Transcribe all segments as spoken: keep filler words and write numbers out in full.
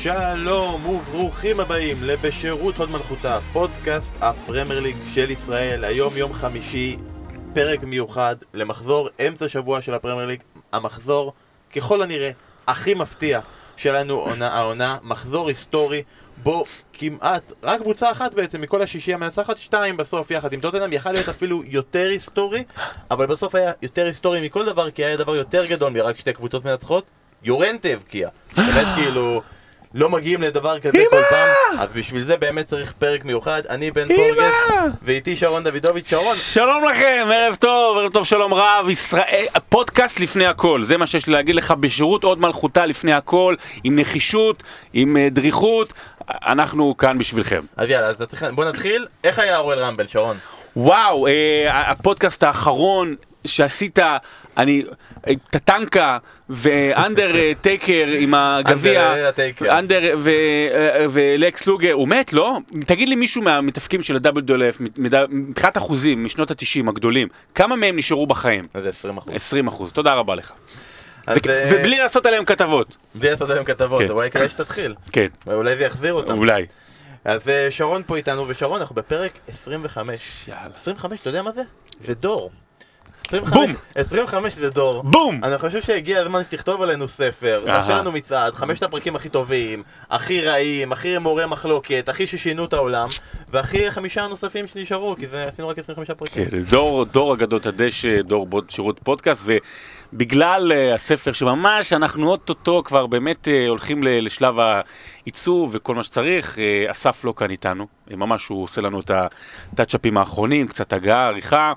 שלום וברוכים הבאים לבשירות הוד מלכותה, פודקאסט הפרמייר ליג של ישראל. היום יום חמישי, פרק מיוחד למחזור אמצע שבוע של הפרמייר ליג. המחזור ככל הנראה הכי מפתיע שלנו עונה העונה, מחזור היסטורי בו כמעט רק קבוצה אחת בעצם מכל השישי המנצחת, שתיים בסוף יחד עם טוטנהאם. יכל להיות אפילו יותר היסטורי, אבל בסוף היה יותר היסטורי מכל דבר, כי היה דבר יותר גדול מרק שתי קבוצות מנצחות. יורנטה הבקיע, באמת כאילו לא מגיעים לדבר כזה כל פעם, אז בשביל זה באמת צריך פרק מיוחד. אני בן פורגס ואיתי שרון דוידוביץ'. שרון, שלום לכם, ערב טוב, ערב טוב, שלום רב. ישראל, פודקאסט לפני הכל, זה מה שיש לי להגיד לך. בשירות הוד מלכותה לפני הכל, עם נחישות, עם דריכות, אנחנו כאן בשבילכם. אז יאללה, אז צריך... בוא נתחיל. איך היה רואל רמבל, שרון? וואו, אה, הפודקאסט האחרון שעשית, אני, טטנקה ואנדר טייקר עם הגביע, אנדר ולקס לוגר, הוא מת, לא? תגיד לי מישהו מהמתאפקים של ה-דאבליו דאבליו אף, מבחינת אחוזים משנות ה-תשעים הגדולים, כמה מהם נשארו בחיים? זה עשרים אחוז. עשרים אחוז, תודה רבה לך. ובלי לעשות עליהם כתבות. בלי לעשות עליהם כתבות, זה אולי כדאי שתתחיל. כן. אולי זה יחזיר אותם. אולי. אז שרון פה איתנו, ושרון, אנחנו בפרק עשרים וחמש. עשרים וחמש, אתה יודע מה זה? זה דור. בום! עשרים וחמש זה דור. בום! אני חושב שהגיע הזמן שתכתוב עלינו ספר, נעשה לנו מצעד, חמשת הפרקים הכי טובים, הכי רעים, הכי מורה מחלוקת, הכי ששינו את העולם, והכי חמישה הנוספים שנשארו, כי זה עשינו רק עשרים וחמישה פרקים. כן, דור, דור אגדות הדשא, דור שירות פודקאסט, ובגלל הספר שממש אנחנו אוטוטו כבר באמת הולכים לשלב העיצוב וכל מה שצריך, אסף לא כאן איתנו, ממש הוא עושה לנו את הטאצ'אפים האחרונים, קצת הגעה, עריכה,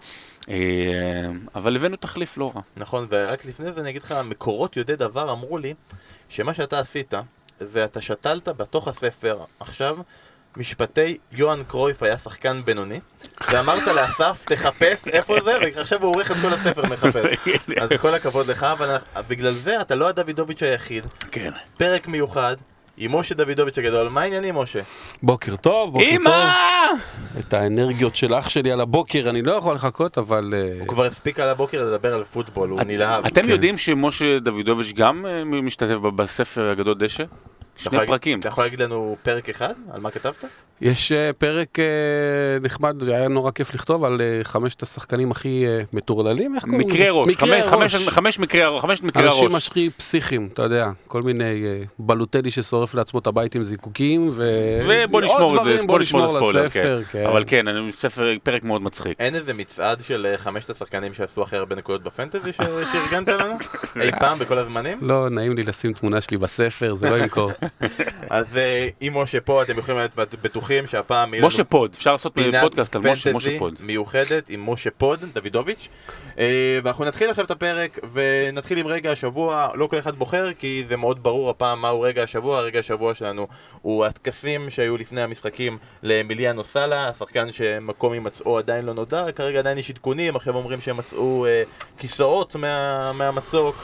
אבל הבאנו תחליף לא רע. נכון, ורק לפני זה אני אגיד לך, מקורות יודעי דבר אמרו לי שמה שאתה עשית זה אתה שתלת בתוך הספר עכשיו משפטי יוהאן קרויף היה שחקן בינוני, ואמרת לאסף תחפש איפה זה, ועכשיו הוא עורך את כל הספר מחפש. אז כל הכבוד לך, אבל בגלל זה אתה לא הדוידוביץ' היחיד. כן. פרק מיוחד עם משה דוידוביץ' הגדול. מה העניינים, משה? בוקר טוב, בוקר אימא! טוב. את האנרגיות של אח שלי על הבוקר אני לא יכול לחכות, אבל... הוא כבר הספיק על הבוקר לדבר על פוטבול, הוא נלהב. אתם יודעים שמשה דוידוביץ' גם משתתף בספר הגדול דשא? שני פרקים. אתה יכול להגיד לנו פרק אחד? על מה כתבת? יש פרק נחמד, היה נורא כיף לכתוב על חמשת השחקנים הכי מטורללים, איך קוראים? מקרה ראש, חמש מקרי הראש. אנשים הכי פסיכיים, אתה יודע, כל מיני בלוטלי ששורף לעצמו את הבית עם זיקוקים, ובוא נשמור את זה, בוא נשמור לספר. אבל כן, ספר, פרק מאוד מצחיק. אין איזה מצעד של חמשת השחקנים שעשו הכי הרבה נקודות בפנטזי שארגנת לנו? אי פעם בכל הזמנים? לא, נעים לי לשים תמונה שלי בספר, זה לא ימכור. אז אם משה פה, אתם יכולים להיות בטוחים שהפעם משה פוד, אפשר לעשות פודקאסט על משה פוד מיוחדת עם משה פוד, דוידוביץ'. ואנחנו נתחיל עכשיו את הפרק ונתחיל עם רגע השבוע. לא כל אחד בוחר כי זה מאוד ברור הפעם מהו רגע השבוע. רגע השבוע שלנו הוא התקפים שהיו לפני המשחקים לאמיליאנו סאלה, השחקן שמקום ימצאו עדיין לא נודע, כרגע עדיין יש עדכונים, עכשיו אומרים שהם מצאו כיסאות מהמסוק.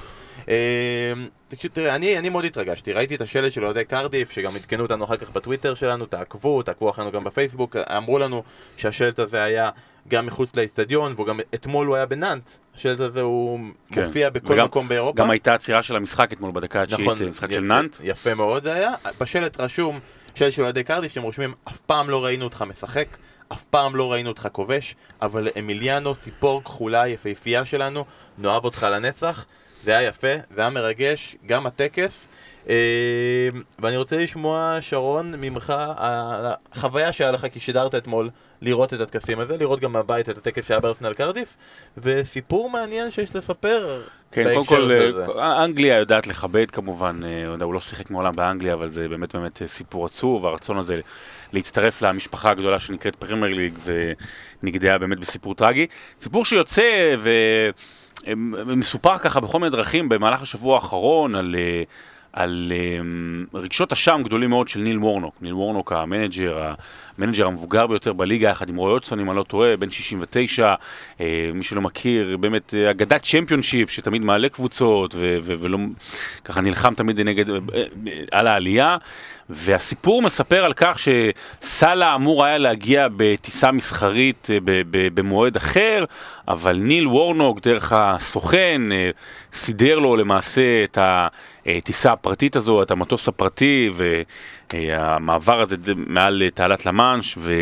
תראה, אני, אני מאוד התרגשתי, ראיתי את השלט של אוהדי קרדיף, שגם עדכנו אותנו אחר כך בטוויטר שלנו, תעקבו, תעקבו אחרינו גם בפייסבוק, אמרו לנו שהשלט הזה היה גם מחוץ לאצטדיון, וגם אתמול הוא היה בנאנט, השלט הזה הוא כן. מופיע בכל וגם, מקום באירופה. גם הייתה עצירה של המשחק אתמול בדקה התשיעית, נכון, משחק של נאנט. יפה מאוד זה היה, בשלט רשום שלט של אוהדי קרדיף, שהם רושמים, אף פעם לא ראינו אותך משחק, אף פעם לא ראינו אותך כובש, אבל אמיליאנו, ציפור כחולה, יפהפייה שלנו, נאהב אותך לנצח. זה היה יפה, זה היה מרגש, גם הטקס. ואני רוצה לשמוע, שרון, ממך, החוויה שהיה לך כי שידרת אתמול לראות את התקפים הזה, לראות גם מהבית את הטקס שהיה בארסנל קרדיף, וסיפור מעניין שיש לספר. כן, קודם כל, אנגליה יודעת לכבד כמובן, הוא לא שיחק מעולם באנגליה, אבל זה באמת באמת סיפור עצוב, הרצון הזה להצטרף למשפחה הגדולה שנקראת פרמייר ליג, ונגדעה באמת בסיפור טרגי. סיפור שיוצא ו... מסופר ככה בכל מיני דרכים במהלך השבוע האחרון על, על רגשות אשם גדולים מאוד של ניל וורנוק. ניל וורנוק המנג'ר, המנג'ר המבוגר ביותר בליגה, יחד עם רוי הודסון, אם אני לא טועה, בן שישים ותשע, מי שלא מכיר, באמת אגדת צ'מפיונשיפ שתמיד מעלה קבוצות ו- ו- ולא ככה נלחם תמיד נגד, על העלייה. והסיפור מספר על כך שסאלה אמור היה להגיע בטיסה מסחרית במועד אחר, אבל ניל וורנוק דרך הסוכן סידר לו למעשה את הטיסה הפרטית הזו, את המטוס הפרטי, והמעבר הזה מעל תעלת למאנש, ו...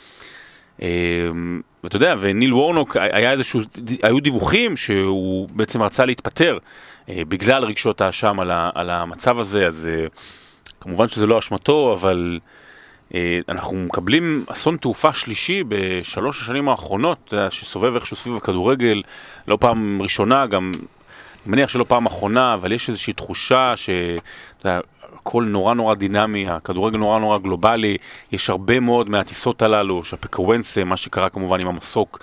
ואתה יודע, וניל וורנוק, היה איזשהו, היו דיווחים שהוא בעצם רצה להתפטר בגלל רגשות האשם על, על המצב הזה, אז כמובן שזה לא אשמתו, אבל אנחנו מקבלים אסון תעופה שלישי בשלוש השנים האחרונות, שסובב איכשהו סביב הכדורגל, לא פעם ראשונה, גם מניח שלא פעם אחרונה, אבל יש איזושהי תחושה ש... הכל נורא נורא דינמי, הכדורגל נורא נורא גלובלי, יש הרבה מאוד מהטיסות הללו, שהפקוונסה, מה שקרה כמובן עם המסוק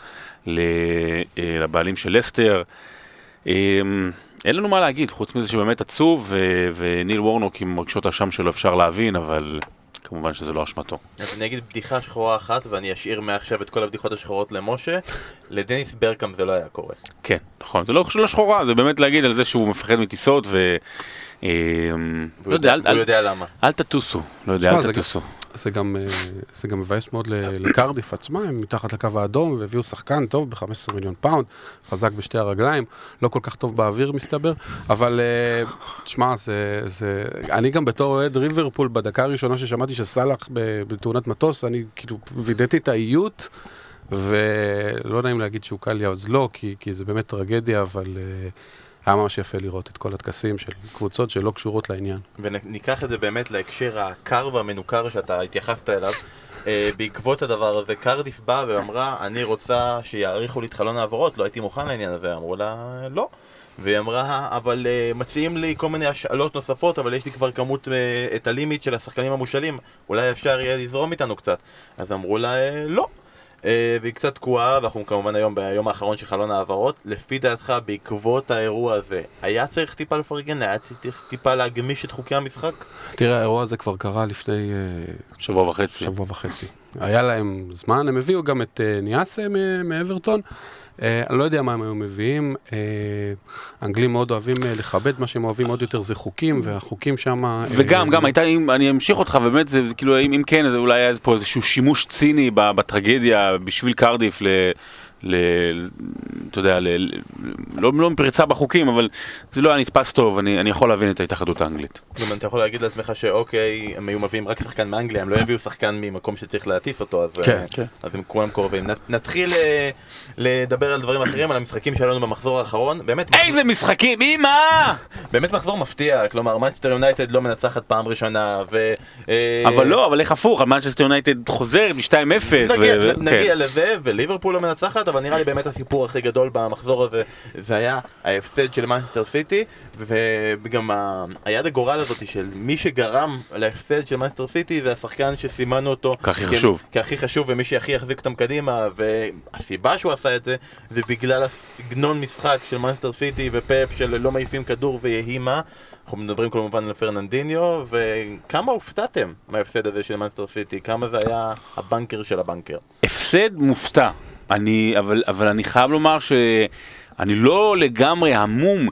לבעלים של לסטר. אין לנו מה להגיד, חוץ מזה שבאמת עצוב, וניל וורנוק עם רגשות האשם שלו אפשר להבין, אבל כמובן שזה לא אשמתו. אז אני אגיד בדיחה שחורה אחת, ואני אשאיר מעכשיו את כל הבדיחות השחורות למשה. לדניס ברקאם זה לא היה קורה. כן, נכון, זה לא שחורה, זה באמת להגיד על זה שהוא מפחד מטיסות ו... הוא יודע למה. אל תטוסו, לא יודע, אל תטוסו. זה גם מבאס מאוד לקרדיף עצמה, הם מתחת לקו האדום והביאו שחקן טוב ב-חמישה עשר מיליון פאונד, חזק בשתי הרגליים, לא כל כך טוב באוויר מסתבר, אבל תשמע, אני גם בתור אוהד ריברפול בדקה הראשונה ששמעתי שסלח בתאונת מטוס, אני כאילו וידאתי את האיות, ולא נעים להגיד שהוא קל לי, אז לא, כי זה באמת טרגדיה, אבל... היה ממש יפה לראות את כל התקסים של קבוצות שלא קשורות לעניין. וניקח את זה באמת להקשר הקר והמנוכר שאתה התייחסת אליו. בעקבות הדבר הזה, קרדיף באה ואמרה, אני רוצה שיעריכו לי את חלון העברות, לא הייתי מוכן לעניין הזה. אמרו לה, לא. והיא אמרה, אבל מציעים לי כל מיני השאלות נוספות, אבל יש לי כבר כמות, את הלימיט של השחקנים המושאלים, אולי אפשר יהיה לזרום איתנו קצת. אז אמרו לה, לא. והיא קצת תקועה, ואנחנו כמובן היום ביום האחרון של חלון העברות. לפי דעתך, בעקבות האירוע הזה, היה צריך טיפה לפרגן? היה צריך טיפה להגמיש את חוקי המשחק? תראה, האירוע הזה כבר קרה לפני שבוע וחצי. שבוע וחצי. היה להם זמן, הם הביאו גם את ניאסה מאברטון. אני לא יודע מה הם היו מביאים, אנגלים מאוד אוהבים לכבד, מה שהם אוהבים עוד יותר זה חוקים, והחוקים שם... וגם, גם הייתה, אני אמשיך אותך, באמת, זה כאילו, אם כן, זה אולי היה פה איזשהו שימוש ציני בטרגדיה בשביל קרדיף ל... ל... אתה יודע, ל... לא, לא מפריצה בחוקים, אבל זה לא היה נתפס טוב, אני, אני יכול להבין את ההתאחדות האנגלית. גם אתה יכול להגיד לעצמך שאוקיי, הם היו מביאים רק שחקן מאנגליה, הם לא הביאו שחקן ממקום שצריך להטיס אותו, אז, כן, כן. אז הם כולם קרובים. נתחיל לדבר על דברים אחרים, על המשחקים שלנו במחזור האחרון. באמת, איזה משחקים, אמא! באמת מחזור מפתיע, כלומר, מנצ'סטר יונייטד לא מנצחת פעם ראשונה, ו... אבל לא, אבל איך הפוך, מנצ'סטר יונייטד חוזרת ב-שתיים אפס. נגיע לזה, וליברפול לא מנצחת, אבל נראה לי באמת הסיפור הכי גדול במחזור הזה, זה היה ההפסד של מנצ'סטר סיטי, וגם היד הגורל הזאת של מי שגרם להפסד של מנצ'סטר סיטי, זה השחקן שסימנו אותו כהכי חשוב. כהכי חשוב, ומי שהכי יחזיק אותם קדימה, והסיבה שהוא עשה את זה, זה בגלל הסגנון משחק של מנצ'סטר סיטי ופפ של לא מעיפים כדור ויהי מה. אנחנו מדברים כמובן על פרננדיניו, וכמה הופתעתם מההפסד הזה של מנצ'סטר סיטי? כמה זה היה הבנקר של הבנקר? הפסד מופתע. אני, אבל, אבל אני חייב לומר שאני לא לגמרי המום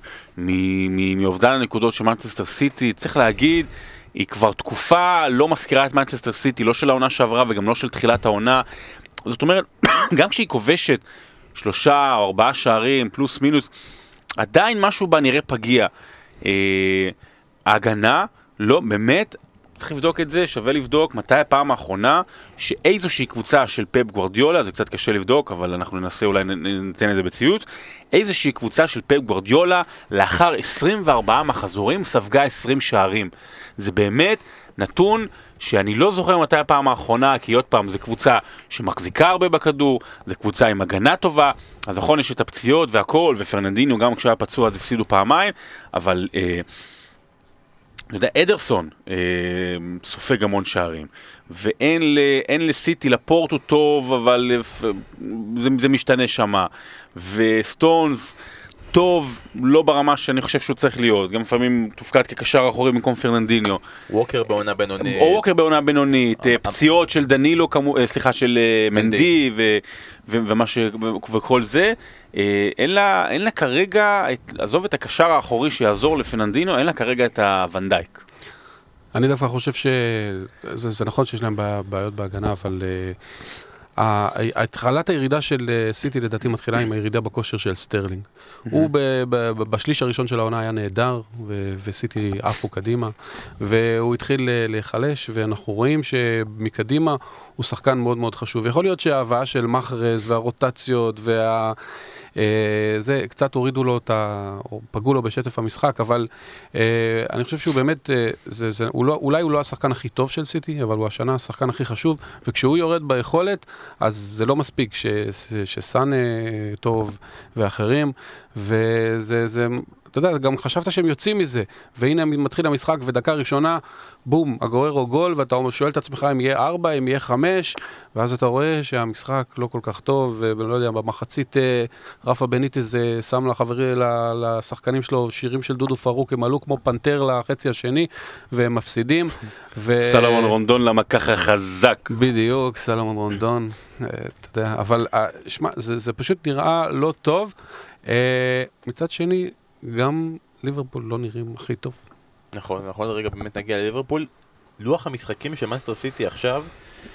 מאובדן הנקודות של מנצ'סטר סיטי. צריך להגיד, היא כבר תקופה לא מזכירה את מנצ'סטר סיטי, לא של העונה שעברה וגם לא של תחילת העונה. זאת אומרת, גם כשהיא כובשת שלושה או ארבעה שערים, פלוס מינוס, עדיין משהו בה נראה פגיע. אה, ההגנה, לא, באמת, צריך לבדוק את זה, שווה לבדוק מתי הפעם האחרונה שאיזושהי קבוצה של פפ גוארדיולה, זה קצת קשה לבדוק, אבל אנחנו ננסה אולי ניתן את זה בציוץ, איזושהי קבוצה של פפ גוארדיולה לאחר עשרים וארבעה מחזורים ספגה עשרים שערים. זה באמת נתון שאני לא זוכר מתי הפעם האחרונה, כי עוד פעם, זו קבוצה שמחזיקה הרבה בכדור, זו קבוצה עם הגנה טובה, אז נכון יש את הפציעות והכל, ופרננדיניו גם כשהיה פצוע אז הפסידו פעמיים, אבל... אה, אני יודע, אדרסון אה, סופג המון שערים, ואין ל, אין לסיטי, לפורט הוא טוב, אבל אה, זה, זה משתנה שמה, וסטונס טוב, לא ברמה שאני חושב שהוא צריך להיות, גם לפעמים תופקד כקשר אחורי במקום פרננדיניו. ווקר בעונה בינונית. או ווקר בעונה בינונית, פציעות של דנילו, סליחה, של מנדי, ו, ו, ומה ש, וכל זה. אין לה, אין לה כרגע, עזוב את הקשר האחורי שיעזור לפרננדיניו, אין לה כרגע את הוונדייק. אני דווקא חושב שזה זה נכון שיש להם בעיות בהגנה, אבל התחלת הירידה של סיטי לדעתי מתחילה עם הירידה בכושר של סטרלינג. הוא בשליש הראשון של העונה היה נהדר, וסיטי עפו קדימה, והוא התחיל להיחלש, ואנחנו רואים שמקדימה הוא שחקן מאוד מאוד חשוב. יכול להיות שההבאה של מחרז והרוטציות וה... זה, קצת הורידו לו את ה... או פגעו לו בשטף המשחק, אבל אני חושב שהוא באמת, זה, זה, הוא לא, אולי הוא לא השחקן הכי טוב של סיטי, אבל הוא השנה השחקן הכי חשוב, וכשהוא יורד ביכולת, אז זה לא מספיק ש, ש, שסאנה טוב ואחרים, וזה, זה, אתה יודע, גם חשבת שהם יוצאים מזה, והנה מתחיל המשחק ודקה ראשונה, בום, הגוררו גול, ואתה שואל את עצמך אם יהיה ארבע, אם יהיה חמש, ואז אתה רואה שהמשחק לא כל כך טוב, ולא יודע, במחצית רפה בניטז שם לחברי, לשחקנים שלו, שירים של דודו פרוק, הם עלו כמו פנתר לחצי השני, והם מפסידים. סלומון רונדון למה ככה חזק. בדיוק, סלומון רונדון, אתה יודע, אבל שמע, זה פשוט נראה לא טוב. מצד שני, גם ליברפול לא נראים הכי טוב. נכון, נכון, רגע באמת נגיע לליברפול. לוח המשחקים של מנסטר סיטי עכשיו,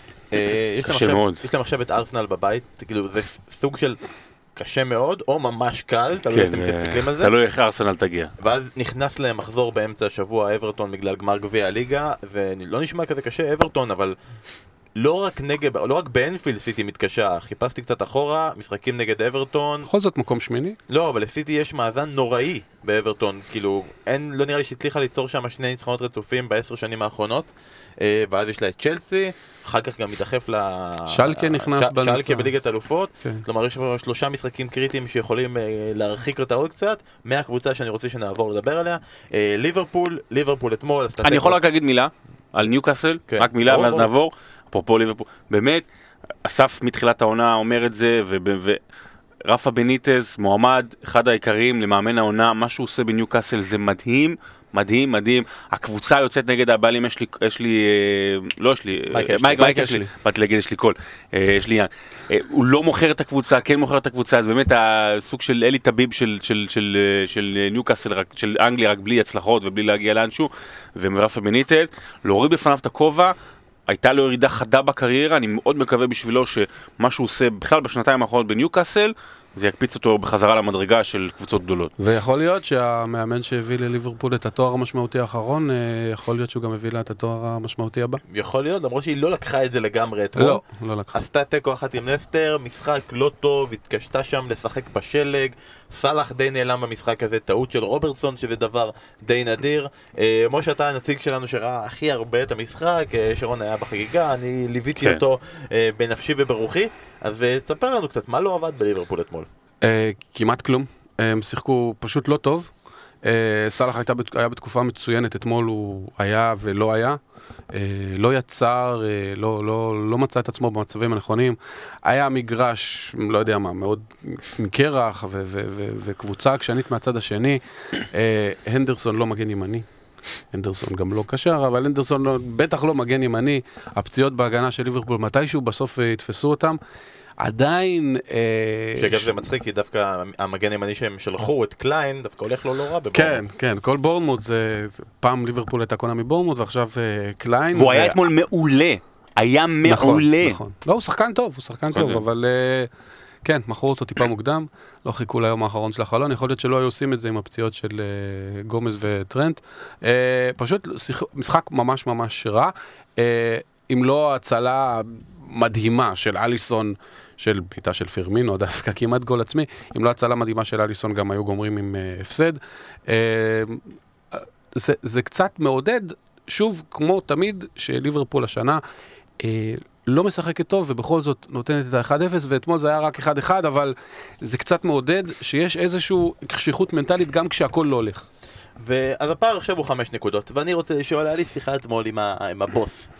קשה מאוד. יש להם עכשיו את ארסנל בבית, כאילו זה סוג של קשה מאוד, או ממש קל, תלוי איך אתם תסתכלים על זה. תלוי איך ארסנל תגיע. ואז נכנס להם מחזור באמצע השבוע אברטון בגלל גמר גביע הליגה, ולא נשמע כזה קשה אברטון, אבל לא רק נגד, לא רק באנפילד סיטי מתקשה, חיפשתי קצת אחורה, משחקים נגד אברטון. בכל זאת מקום שמיני? לא, אבל לסיטי יש מאזן נוראי באברטון, כאילו, אין, לא נראה לי שהצליחה ליצור שם שני ניצחונות רצופים בעשר שנים האחרונות, ואז יש לה את צ'לסי, אחר כך גם מתדחף ל... שלקה נכנס ש... בנצח. שלקה בליגת אלופות, כן. כלומר יש שלושה משחקים קריטיים שיכולים להרחיק אותה עוד קצת, מהקבוצה שאני רוצה שנעבור לדבר עליה, ליברפול, ליברפול אתמול. אני יכול רק להגיד מילה על ניוקאסל, כן. רק מילה ואז נעבור. אפרופו ליברפול, באמת, אסף מתחילת העונה אומר את זה, ורפה בניטז, מועמד, אחד העיקריים למאמן העונה, מה שהוא עושה בניוקאסל זה מדהים, מדהים, מדהים. הקבוצה יוצאת נגד הבעלים, יש לי, יש לי, לא יש לי, מייק יש לי, באתי להגיד, יש לי קול, יש לי יען. הוא לא מוכר את הקבוצה, כן מוכר את הקבוצה, אז באמת הסוג של אלי טביב של ניוקאסל, של אנגליה, רק בלי הצלחות ובלי להגיע לאנשהו, ורפה בניטז, להוריד בפניו את הכובע, הייתה לו ירידה חדה בקריירה, אני מאוד מקווה בשבילו שמה שהוא עושה בכלל בשנתיים האחרונות בניוקאסל, זה יקפיץ אותו בחזרה למדרגה של קבוצות גדולות. ויכול להיות שהמאמן שהביא לליברפול את התואר המשמעותי האחרון, יכול להיות שהוא גם הביא לה את התואר המשמעותי הבא. יכול להיות, למרות שהיא לא לקחה את זה לגמרי אתמול. לא, לא לקחה. עשתה תיקו אחת עם נסטר, משחק לא טוב, התקשתה שם לשחק בשלג, סלח די נעלם במשחק הזה, טעות של רוברטסון, שזה דבר די נדיר. משה, אתה הנציג שלנו שראה הכי הרבה את המשחק, שרון היה בחגיגה, אני ליוויתי כן. אותו בנפשי וברוחי, אז תספר לנו קצת, מה לא עבד בליברפול אתמול? כמעט כלום, הם שיחקו פשוט לא טוב. סלח היה בתקופה מצוינת, אתמול הוא היה ולא היה, לא יצר, לא, לא, לא מצא את עצמו במצבים הנכונים, היה מגרש, לא יודע מה, מאוד מקרח ו- ו- ו- וקבוצה עקשנית מהצד השני. הנדרסון לא מגן ימני, הנדרסון גם לא קשר, אבל הנדרסון לא, בטח לא מגן ימני. הפציעות בהגנה של ליברפול, מתישהו בסוף יתפסו אותם. עדיין... שאגב זה מצחיק, כי דווקא המגן הימני שהם שלחו, את קליין, דווקא הולך לו לא רע בבורמוט. כן, כן, כל בורמוט זה... פעם ליברפול הייתה קונה מבורמוט, ועכשיו קליין... והוא היה אתמול מעולה. היה מעולה. נכון, נכון. לא, הוא שחקן טוב, הוא שחקן טוב, אבל... כן, מכרו אותו טיפה מוקדם, לא חיכו ליום האחרון של החלון, יכול להיות שלא היו עושים את זה עם הפציעות של גומז וטרנט. פשוט משחק ממש ממש רע. אם לא הצלה מדהימה של אליסון, של ביתה של פירמינו, דווקא כמעט גול עצמי, אם לא הצלה מדהימה של אליסון, גם היו גומרים עם הפסד. זה, זה קצת מעודד, שוב, כמו תמיד, שליברפול השנה לא משחקת טוב, ובכל זאת נותנת את ה-אחד אפס, ואתמול זה היה רק אחד אחד, אבל זה קצת מעודד שיש איזושהי קשיחות מנטלית, גם כשהכל לא הולך. ואז הפער עכשיו הוא חמש נקודות, ואני רוצה לשאול, היה לי שיחה אתמול עם, ה- עם הבוס.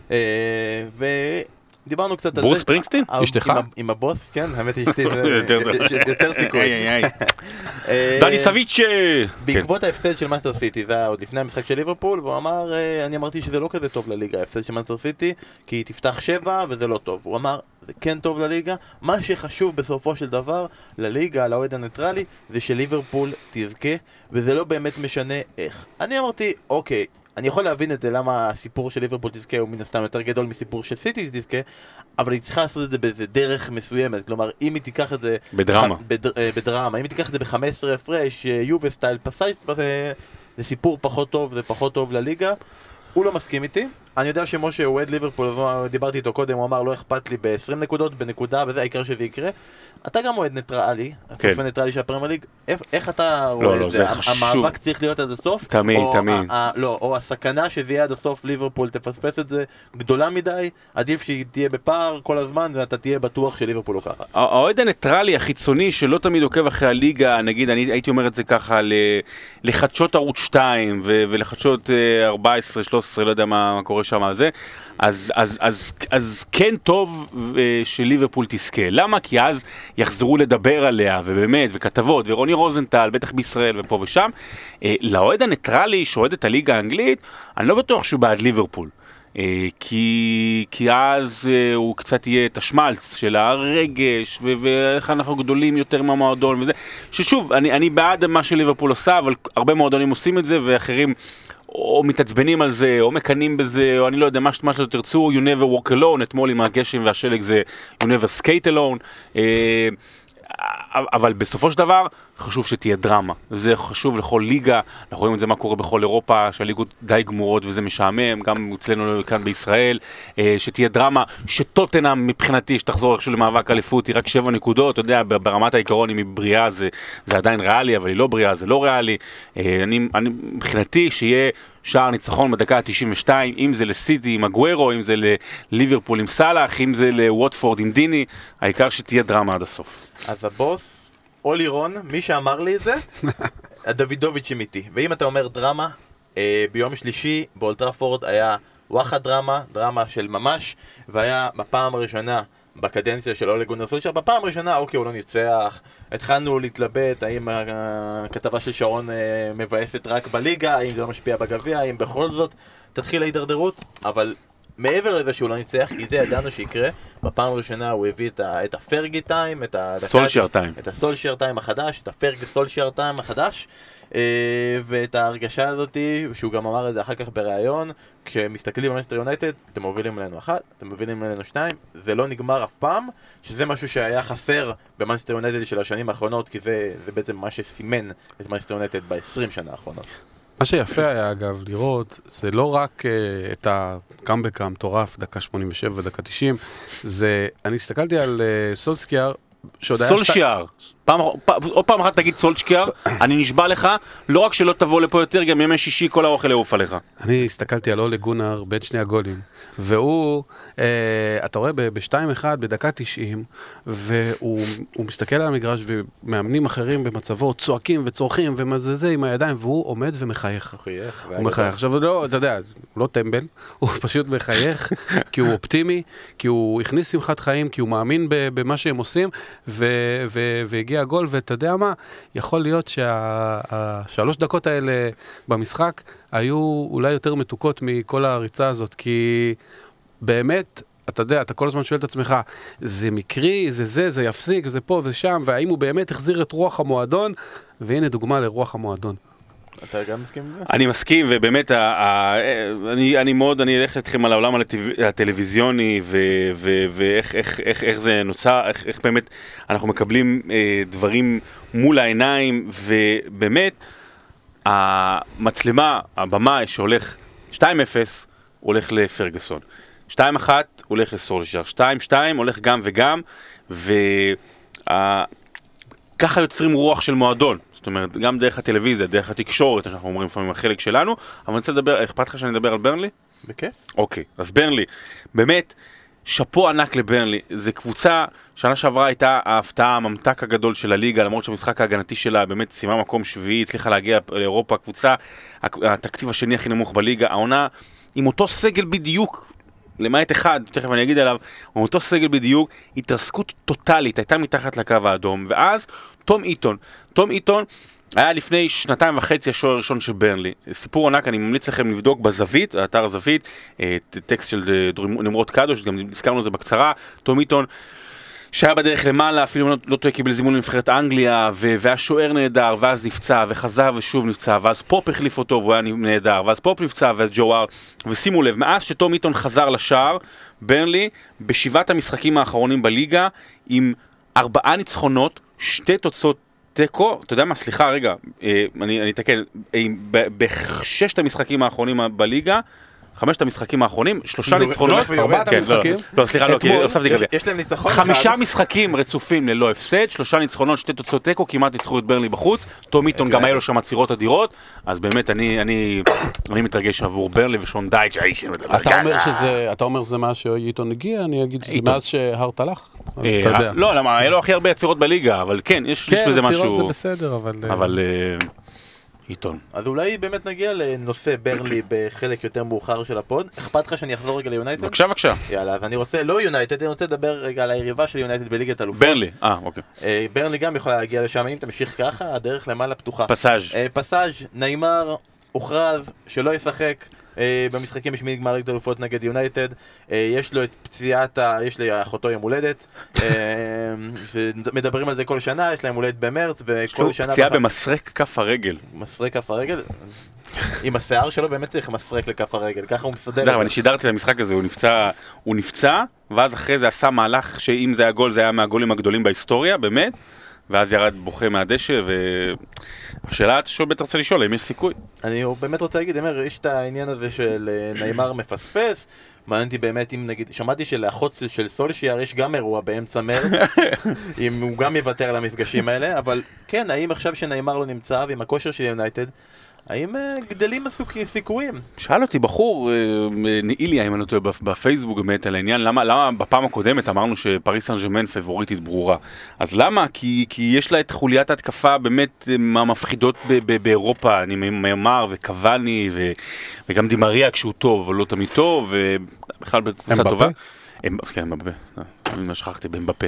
ודיברנו קצת על זה. ברוס ספרינגסטין? אשתך? עם הבוס, כן, האמת היא אשתי, יותר סיכוי. דני סביץ'. בעקבות ההפסד של מנסטר סיטי, זה היה עוד לפני המשחק של ליברפול, והוא אמר, אני אמרתי שזה לא כזה טוב לליגה, ההפסד של מנסטר סיטי, כי היא תפתח שבע וזה לא טוב. הוא אמר, זה כן טוב לליגה, מה שחשוב בסופו של דבר לליגה, לאוהד הניטרלי, זה שליברפול תזכה, וזה לא באמת משנה איך. אני אמרתי, אוקיי, אני יכול להבין את זה, למה הסיפור של ליברפול תזכה הוא מן הסתם יותר גדול מסיפור של סיטי תזכה, אבל היא צריכה לעשות את זה באיזה דרך מסוימת, כלומר, אם היא תיקח את זה... בדרמה. בד, בדרמה, אם היא תיקח את זה ב-חמש עשרה הפרש, יובה סטייל פסייס, זה סיפור פחות טוב, זה פחות טוב לליגה. הוא לא מסכים איתי. אני יודע שמשה הוא אוהד ליברפול, דיברתי איתו קודם, הוא אמר לא אכפת לי ב-עשרים נקודות, בנקודה, וזה העיקר שזה יקרה. אתה גם אוהד ניטרלי, כן. צופה ניטרלי של הפרמייר ליג, איך אתה לא, רואה לא, את זה? זה חשוב. המאבק צריך להיות עד הסוף? תמיד, או תמיד. ה- ה- לא, או הסכנה שזה יהיה עד הסוף, ליברפול תפספס את זה, גדולה מדי, עדיף שהיא תהיה בפער כל הזמן, ואתה תהיה בטוח שליברפול לא ככה. האוהד הניטרלי החיצוני שלא תמיד עוקב אחרי הליגה, נגיד, אני הייתי אומר את זה ככה, ל- לחדשות ערוץ שתיים ו- ולחדשות אה, ארבע עשרה שלוש עשרה, לא יודע מה, מה קורה שם זה, אז, אז, אז, אז כן טוב אה, שליברפול תזכה. למה? כי אז יחזרו לדבר עליה, ובאמת, וכתבות, ורוני רוזנטל, בטח בישראל ופה ושם. אה, לאוהד הניטרלי שאוהד את הליגה האנגלית, אני לא בטוח שהוא בעד ליברפול. אה, כי, כי אז אה, הוא קצת יהיה את השמלץ של הרגש, ו- ואיך אנחנו גדולים יותר מהמועדון וזה. ששוב, אני, אני בעד מה שליברפול עושה, אבל הרבה מועדונים עושים את זה, ואחרים או מתעצבנים על זה, או מקנים בזה, או אני לא יודע, מה, מה שאתם תרצו, you never walk alone, אתמול עם הגשם והשלג זה you never skate alone, אה, אבל בסופו של דבר חשוב שתהיה דרמה, זה חשוב לכל ליגה, אנחנו רואים את זה מה קורה בכל אירופה, שהליגות די גמורות וזה משעמם, גם אצלנו כאן בישראל, שתהיה דרמה, שטוטנהאם מבחינתי שתחזור איכשהו למאבק אליפות, היא רק שבע נקודות, אתה יודע, ברמת העיקרון אם היא בריאה זה, זה עדיין ריאלי, אבל היא לא בריאה, זה לא ריאלי, אני, אני, מבחינתי שיהיה שער ניצחון בדקה ה-תשעים ושתיים, אם זה לסיטי עם אגוארו, אם זה לליברפול עם סלאח, אם זה לווטפורד עם דיני, העיקר שתהיה דרמה עד הסוף. אז הבוס, אולי רון, מי שאמר לי את זה, הדוידוביץ' איתי. ואם אתה אומר דרמה, אה, ביום שלישי באולד טראפורד היה וואחד דרמה, דרמה של ממש, והיה בפעם הראשונה בקדנציה של אולה גונר סולשר, בפעם הראשונה, אוקיי, הוא לא ניצח, התחלנו להתלבט, האם הכתבה של שרון אה, מבאסת רק בליגה, האם זה לא משפיע בגביע, האם בכל זאת תתחיל ההידרדרות, אבל מעבר לזה שהוא לא ניצח, כי זה ידענו שיקרה, בפעם הראשונה הוא הביא את, ה, את הפרגי טיים, את הסולשייר טיים, את הסולשייר טיים החדש, את הפרגי סולשייר טיים החדש, אה, ואת ההרגשה הזאת, שהוא גם אמר את זה אחר כך בראיון, כשמסתכלים על מנצ'סטר יונייטד, אתם מובילים אלינו אחת, אתם מובילים אלינו שניים, זה לא נגמר אף פעם, שזה משהו שהיה חסר במנצ'סטר יונייטד של השנים האחרונות, כי זה, זה בעצם מה שסימן את מנצ'סטר יונייטד ב-עשרים שנה האחרונות. מה שיפה היה אגב לראות, זה לא רק uh, את הקאמבק המטורף, דקה שמונים ושבע ודקה תשעים, זה, אני הסתכלתי על uh, סולסקייר, סולשייר, עוד פעם אחת תגיד סולשייר, אני נשבע לך, לא רק שלא תבוא לפה יותר, גם ימי שישי כל האוכל יעוף עליך. אני הסתכלתי על אולה גונר בין שני הגולים, והוא, אה, אתה רואה ב-שתיים אחד בדקה תשעים, והוא מסתכל על המגרש ומאמנים אחרים במצבו, צועקים וצורכים ומזזה עם הידיים, והוא עומד ומחייך. הוא מחייך. עכשיו, לא, אתה יודע, הוא לא טמבל, הוא פשוט מחייך, כי הוא אופטימי, כי הוא הכניס שמחת חיים, כי הוא מאמין במה שהם עושים, והגיע הגול, ואתה יודע מה, יכול להיות שהשלוש דקות האלה במשחק היו אולי יותר מתוקות מכל הריצה הזאת, כי באמת, אתה יודע, אתה כל הזמן שואל את עצמך, זה מקרי, זה זה, זה יפסיק, זה פה ושם, והאם הוא באמת החזיר את רוח המועדון, והנה דוגמה לרוח המועדון. אתה גם מסכים עם זה? אני מסכים, ובאמת, אני מאוד, אני אלך אתכם על העולם הטלוויזיוני, ואיך זה נוצר, איך באמת אנחנו מקבלים דברים מול העיניים, ובאמת, המצלמה, הבמה שהולך שתיים אפס, הולך לפרגוסון. שתיים אחת הולך לסולשייר. שתיים שתיים הולך גם וגם, וככה יוצרים רוח של מועדון. זאת אומרת, גם דרך הטלוויזיה, דרך התקשורת, שאנחנו אומרים לפעמים החלק שלנו, אבל אני רוצה לדבר, אכפת לך שאני אדבר על ברנלי? בכיף. אוקיי, אז ברנלי, באמת, שפו ענק לברנלי, זו קבוצה, שנה שעברה הייתה ההפתעה, הממתק הגדול של הליגה, למרות שהמשחק ההגנתי שלה באמת סיימה מקום שביעי, הצליחה להגיע לאירופה, הקבוצה, התקציב השני הכי נמוך בליגה, העונה עם אותו סגל בדיוק, למעט אחד, תכף אני אגיד עליו, עם אותו סגל בדיוק, התרסקות טוטלית, הייתה מתחת לקו האדום, ואז תום איטון, תום איטון היה לפני שנתיים וחצי השוער הראשון של ברנלי. סיפור ענק, אני ממליץ לכם לבדוק בזווית, האתר הזווית, טקסט של נמרוד קדוש, גם הזכרנו את זה בקצרה. תום איטון שהיה בדרך למעלה, אפילו לא, לא טועה קיבל זימון לנבחרת אנגליה, ו- והשוער נהדר, ואז נפצע, וחזר ושוב נפצע, ואז פופ החליף אותו והוא היה נהדר, ואז פופ נפצע, ואז ג'ואר, ושימו לב, מאז שטום איטון חזר לשער, ברנלי, בשבעת המשחקים האחרונים בליגה, עם ארבעה ניצחונות, שתי תוצאות תיקו, אתה יודע מה, סליחה רגע, אה, אני, אני אתקן, אה, בששת המשחקים האחרונים בליגה, חמשת המשחקים האחרונים, שלושה ניצחונות, ארבעת המשחקים? לא, סליחה, לא, כי הוספתי כזה. יש להם ניצחון אחד. חמישה משחקים רצופים ללא הפסד, שלושה ניצחונות, שתי תוצאות תיקו, כמעט ניצחו את ברנלי בחוץ, טום איטון גם היה לו שם עצירות אדירות, אז באמת אני מתרגש עבור ברנלי ושון דייץ' האיש. אתה אומר שזה מאז שאיטון הגיע, אני אגיד שזה מאז שהארט הלך? לא, למה, היה לו הכי הרבה עצירות בליגה, אבל כן, יש בזה משהו. כן, עצירות זה בסדר, אבל... עיתון. אז אולי באמת נגיע לנושא ברנלי בחלק יותר מאוחר של הפוד. אכפת לך שאני אחזור רגע ליונייטד? בבקשה, בבקשה. יאללה, אז אני רוצה, לא יונייטד, אני רוצה לדבר רגע על היריבה של יונייטד בליגת אלופות. ברנלי, אה, אוקיי. ברנלי גם יכולה להגיע לשם, אם תמשיך ככה, הדרך למעלה פתוחה. פסאז'. פסאז', ניימר, הוכרז, שלא ישחק במשחקים בשמינית גמר ליגת אלופות נגד יונייטד. יש לו את פציעת, יש לאחותו יום הולדת, מדברים על זה כל שנה, יש להם הולדת במרץ, וכל שנה... פציעה במסרק כף הרגל. מסרק כף הרגל? עם השיער שלו באמת צריך מסרק לכף הרגל, ככה הוא מסדר. לא, אבל אני שידרתי למשחק הזה, הוא נפצע, הוא נפצע, ואז אחרי זה עשה מהלך שאם זה הגול, זה היה מהגולים הגדולים בהיסטוריה, באמת, ואז ירד בוכה מהדשא, והשאלה שהוא בטח רוצה לשאול, אם יש סיכוי. אני באמת רוצה להגיד, אמר, יש את העניין הזה של ניימר מפספס, מעניינתי באמת, אם נגיד, שמעתי שלאחות של סולשייר יש גם אירוע באמצע מרץ, אם הוא גם יוותר על המפגשים האלה, אבל כן, האם עכשיו שניימר לא נמצא, ועם הכושר של יונייטד, האם גדלים סיכויים? שאל אותי בחור, נאיליה, אם אני לא טועה, בפייסבוק באמת על העניין, למה, למה בפעם הקודמת אמרנו שפריס סן ז'רמן פבוריטית ברורה? אז למה? כי, כי יש לה את חוליית ההתקפה באמת מהמפחידות באירופה, אני מימר וקוואני ו, וגם דימריה כשהוא טוב, אבל לא תמיד טוב, ובכלל בקבוצה טובה. כן, מבפה, אני לא שכחתי, במבפה.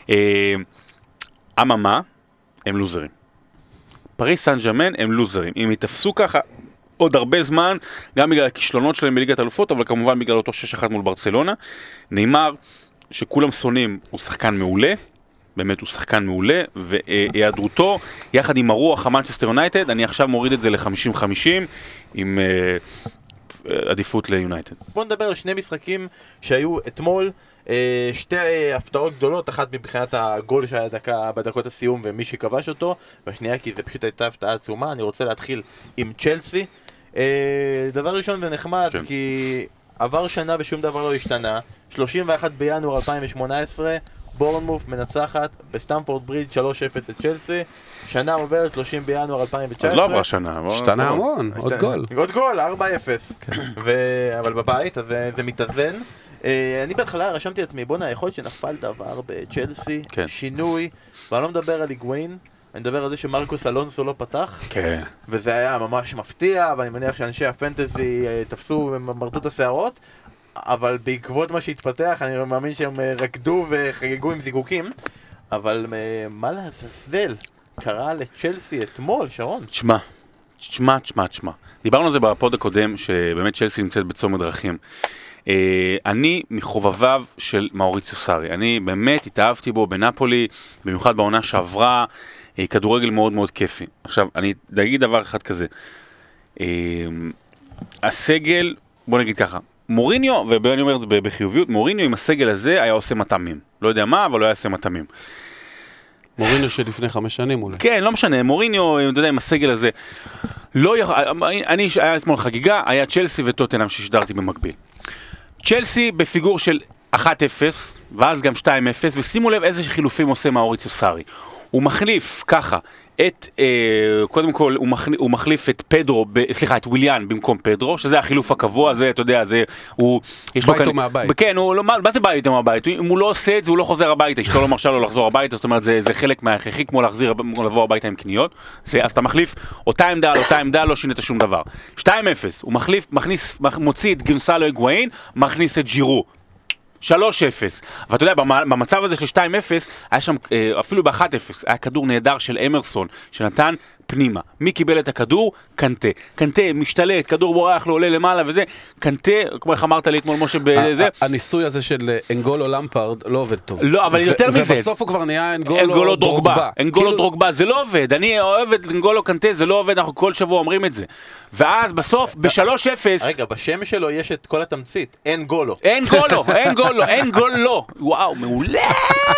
אממה, הם לוזרים. פריס סן ז'רמן הם לוזרים. אם יתפסו ככה עוד הרבה זמן, גם בגלל הכישלונות שלהם בליגת אלופות, אבל כמובן בגלל אותו שש אחת מול ברצלונה. ניימר, שכולם שונאים, הוא שחקן מעולה, באמת הוא שחקן מעולה, והיעדרותו, יחד עם הרוח המנצ'סטר יונייטד, אני עכשיו מוריד את זה ל-חמישים חמישים, עם uh, עדיפות ליונייטד. בואו נדבר על שני משחקים שהיו אתמול, שתי הפתעות גדולות, אחת מבחינת הגול שהיה דקה, בדקות הסיום ומי שכבש אותו, והשנייה כי זה פשוט הייתה הפתעה עצומה. אני רוצה להתחיל עם צ'לסי. דבר ראשון ונחמד, כן. כי עבר שנה ושום דבר לא השתנה. שלושים ואחד בינואר אלפיים שמונה עשרה, בורנמוף מנצחת בסטמפורד ברידג' שלוש אפס את צ'לסי. שנה עוברת, שלושים בינואר אלפיים תשע עשרה. אז לא עברה שנה. השתנה המון, עוד גול. עוד גול, ארבע אפס. אבל בבית, אז זה מתאזן. אני בהתחלה רשמתי לעצמי, בונה, יכול להיות שנפלת עבר בצ'לסי, שינוי, ואני לא מדבר על היגואין, אני מדבר על זה שמרקוס אלונסו לא פתח, וזה היה ממש מפתיע, ואני מניח שאנשי הפנטזי תפסו ומרדו את השערות, אבל בעקבות מה שהתפתח, אני מאמין שהם רקדו וחגגו עם זיקוקים, אבל מה לעזאזל קרה לצ'לסי אתמול, שרון? תשמע, תשמע, תשמע, תשמע. דיברנו על זה בפוד הקודם, שבאמת צ'לסי נמצאת בצומת דרכים. Uh, אני מחובביו של מאוריציו סארי, אני באמת התאהבתי בו בנפולי, במיוחד בעונה שעברה, uh, כדורגל מאוד מאוד כיפי. עכשיו, אני אגיד דבר אחד כזה, uh, הסגל, בוא נגיד ככה, מוריניו, ואני אומר את זה בחיוביות, מוריניו עם הסגל הזה היה עושה מתאמים, לא יודע מה, אבל לא היה עושה מתאמים. מוריניו שלפני חמש שנים אולי. כן, לא משנה, מוריניו, אתה יודע, עם הסגל הזה, לא יכול, אני, היה אתמול חגיגה, היה צ'לסי וטוטנהאם ששדרתי במקביל. צ'לסי בפיגור של אחת אפס, ואז גם שתיים אפס, ושימו לב איזה חילופים עושה מאוריציו סארי. הוא מחליף ככה, את, אה, קודם כל, הוא מחליף, הוא מחליף את פדרו, ב, סליחה, את וויליאן במקום פדרו, שזה החילוף הקבוע, זה, אתה יודע, זה, הוא... בית או מהבית. כן, הוא לא, מה, מה זה בית או מהבית? אם הוא לא עושה את זה, הוא לא חוזר הביתה, אשתו לא מרשה לו לחזור הביתה, זאת אומרת, זה, זה חלק מההכרחי, כמו להחזיר, כמו לבוא הביתה עם קניות, זה, אז אתה מחליף אותה עמדה על אותה עמדה, לא שינית שום דבר. שתיים אפס, הוא מחליף, מכניס, מוציא את גונסלו היגואין, מכניס את ג'ירו. שלוש אפס, ואתה יודע, במצב הזה של שתיים אפס, היה שם, אפילו ב-אחת אפס, היה כדור נהדר של אמרסון, שנתן פנימה. מי קיבל את הכדור? קנטה. קנטה משתלט, כדור בורח לו, עולה למעלה וזה. קנטה, כמו איך אמרת לי אתמול משה בזה. הניסוי הזה של אנגולו למפרד לא עובד טוב. לא, אבל יותר מזה. ובסוף הוא כבר נהיה אנגולו דרוגבה. אנגולו דרוגבה, זה לא עובד. אני אוהב את אנגולו קנטה, זה לא עובד, אנחנו כל שבוע אומרים את זה. ואז בסוף, ב-שלוש אפס... רגע, בשם שלו יש את כל התמצית. אין גולו. אין גולו, אין גולו, אין גולו. וואו, מעולה!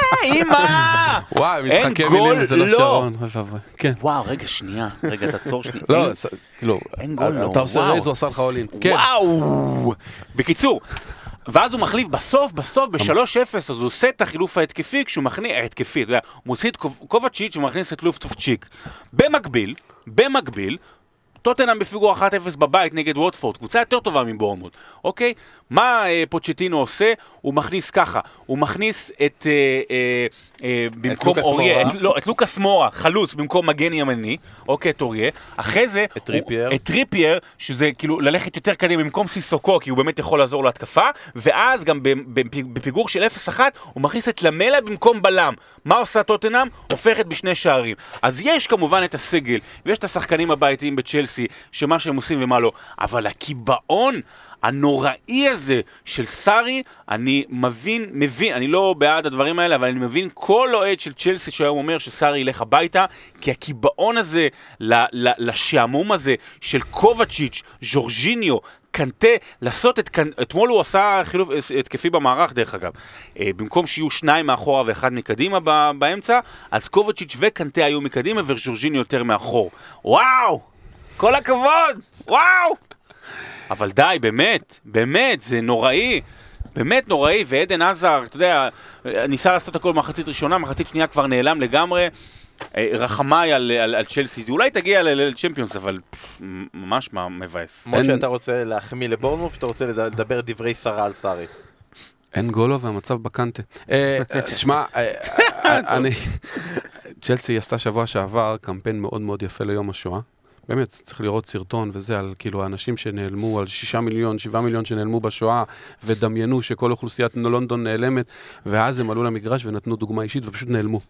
אמא! וואו, משחקי מילים זה לא שרון. וואו, רגע, שנייה. רגע, תעצור שנייה. לא, כאילו, אתה עושה רייז, הוא עשה לך אולין. וואו! בקיצור, ואז הוא מחליף בסוף, בסוף, ב-שלוש אפס, אז הוא עושה את החילוף ההתקפי, כשהוא מכניס, ההתקפי, אתה יודע, הוא מוציא את קובצ'יץ' ומכניס את לופטוף-צ'יק. במקביל, במקביל, טוטנהאם בפיגור אחת אפס בבית נגד ווטפורד, קבוצה יותר טובה מבורנמוט, אוקיי? מה אה, פוצ'טינו עושה? הוא מכניס ככה, הוא מכניס את, אה, אה, אה, במקום אוריה, את, לא, את לוקאס מורה, חלוץ, במקום מגן ימני, אוקיי, את אוריה, אחרי זה, את טריפייר, הוא, את טריפייר, שזה כאילו ללכת יותר קדימה במקום סיסוקו, כי הוא באמת יכול לעזור להתקפה, ואז גם בפיגור של אפס אחת, הוא מכניס את למלה במקום בלם. מה עושה טוטנהאם? הופכת בשני שערים. אז יש כמובן את הסגל, ויש את השחקנים הבעייתיים בצ'לסי, שמה שהם עושים ומה לא, אבל הקיבעון הנוראי הזה של סארי, אני מבין, מבין, אני לא בעד הדברים האלה, אבל אני מבין כל אוהד של צ'לסי שהיום אומר שסארי ילך הביתה, כי הקיבעון הזה, לשעמום הזה של קובצ'יץ', ז'ורג'יניו, קנטה, לעשות את קנטה, אתמול הוא עשה חילוף התקפי במערך דרך אגב, במקום שיהיו שניים מאחורה ואחד מקדימה באמצע, אז קובצ'יץ' וקנטה היו מקדימה וז'ורג'יניו יותר מאחור. וואו! כל הכבוד! וואו! אבל די, באמת, באמת, זה נוראי, באמת נוראי, ועדן עזר, אתה יודע, ניסה לעשות הכל מחצית ראשונה, מחצית שנייה כבר נעלם לגמרי, רחמי על, על, על צ'לסי, אולי תגיע לצ'מפיונס, אבל ממש מבאס. משה, אתה רוצה להחמיא לבורנמוף, אתה רוצה לדבר דברי שרה על סארי? אין גולו והמצב בקנטה. תשמע, אני, צ'לסי עשתה שבוע שעבר קמפיין מאוד מאוד יפה ליום השואה. באמת, צריך לראות סרטון וזה על כאילו האנשים שנעלמו, על שישה מיליון, שבעה מיליון שנעלמו בשואה, ודמיינו שכל אוכלוסיית לונדון נעלמת, ואז הם עלו למגרש ונתנו דוגמה אישית ופשוט נעלמו.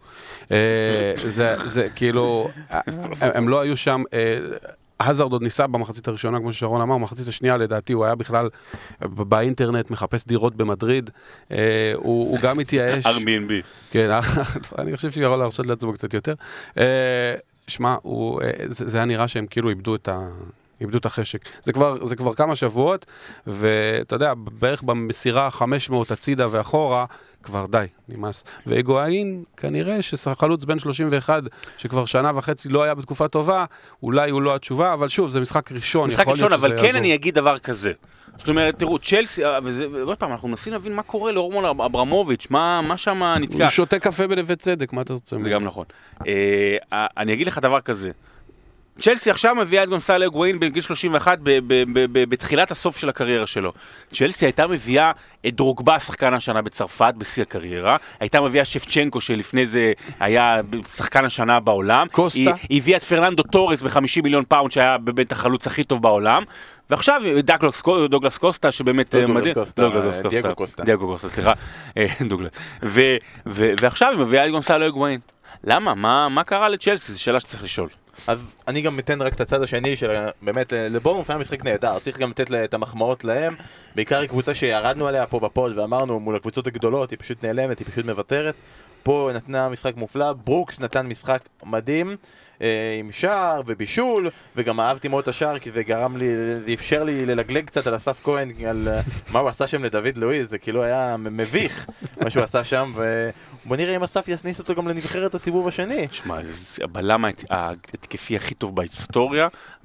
זה, זה כאילו, הם לא היו שם, הזארד עוד ניסה במחצית הראשונה, כמו ששרון אמר, במחצית השנייה לדעתי הוא היה בכלל באינטרנט מחפש דירות במדריד, הוא גם התייאש. אר בי אן בי. כן, אני חושב שיכול להרשות לעצמו קצת יותר. שמע, זה, זה היה נראה שהם כאילו איבדו את, ה, איבדו את החשק. זה כבר, זה כבר כמה שבועות, ואתה יודע, בערך במסירה חמש מאות הצידה ואחורה, כבר די, נמאס. ואגואין, כנראה שחלוץ בן שלושים ואחת, שכבר שנה וחצי לא היה בתקופה טובה, אולי הוא לא התשובה, אבל שוב, זה משחק ראשון. משחק ראשון, אבל כן אני אגיד דבר כזה. זאת אומרת, תראו, צ'לסי, ועוד פעם, אנחנו מנסים להבין מה קורה לאורמון אברמוביץ', מה שם נתקע. הוא שותה קפה בנווה צדק, מה אתה רוצה? זה גם נכון. אני אגיד לך דבר כזה. צ'לסי עכשיו מביאה את גונסאלו היגואין בגיל שלושים ואחת בתחילת הסוף של הקריירה שלו. צ'לסי הייתה מביאה את דרוגבה, שחקן השנה בצרפת, בשיא הקריירה. הייתה מביאה שפצ'נקו, שלפני זה היה שחקן השנה בעולם. קוסטה. היא הביאה את פרננדו טורס ב-חמישים מיליון פאונד, שהיה באמת החלוץ הכי טוב בעולם. ועכשיו דוגלס קוסטה, שבאמת מדהים. דייגו קוסטה. דייגו קוסטה, סליחה. דוגלס. ועכשיו היא מביאה את גונסאלו היגואין. למה? מה קרה לצ'לסי? זו שאלה שצריך לשאול. אז אני גם מתן רק את הצד השני של באמת לבורנמוף היה משחק נהדר, צריך גם לתת את המחמאות להם, בעיקר קבוצה שירדנו עליה פה בפוד ואמרנו מול הקבוצות הגדולות היא פשוט נעלמת, היא פשוט מוותרת. פה נתנה משחק מופלא, ברוקס נתן משחק מדהים עם שער ובישול, וגם אהבתי מאוד את השער כי זה גרם לי, זה אפשר לי ללגלג קצת על אסף כהן על מה הוא עשה שם לדוד לואיז, זה כאילו היה מביך מה שהוא עשה שם, ובוא נראה אם אסף יכניס אותו גם לנבחרת הסיבוב השני. שמע, זה הבלם ההתקפי הכי טוב בהיסטוריה,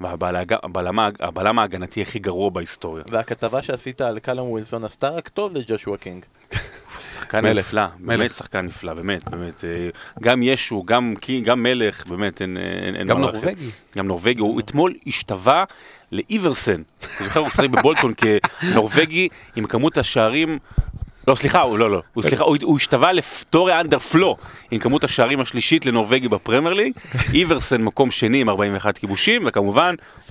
והבלם ההגנתי הכי גרוע בהיסטוריה. והכתבה שעשית על קלום ווילסון עשתה רק טוב לג'ושוע קינג. שחקן נפלא, באמת שחקן נפלא, באמת, באמת. גם ישו, גם מלך, באמת, אין... גם נורווגי. גם נורווגי, הוא אתמול השתווה לאיברסן. אני זוכר, הוא שחק בבולטון כנורווגי עם כמות השערים... לא, סליחה, הוא לא, לא. הוא השתווה לפטוריה אנדר פלו עם כמות השערים השלישית לנורווגי בפרמייר ליג. איברסן מקום שני עם ארבעים ואחת כיבושים, וכמובן,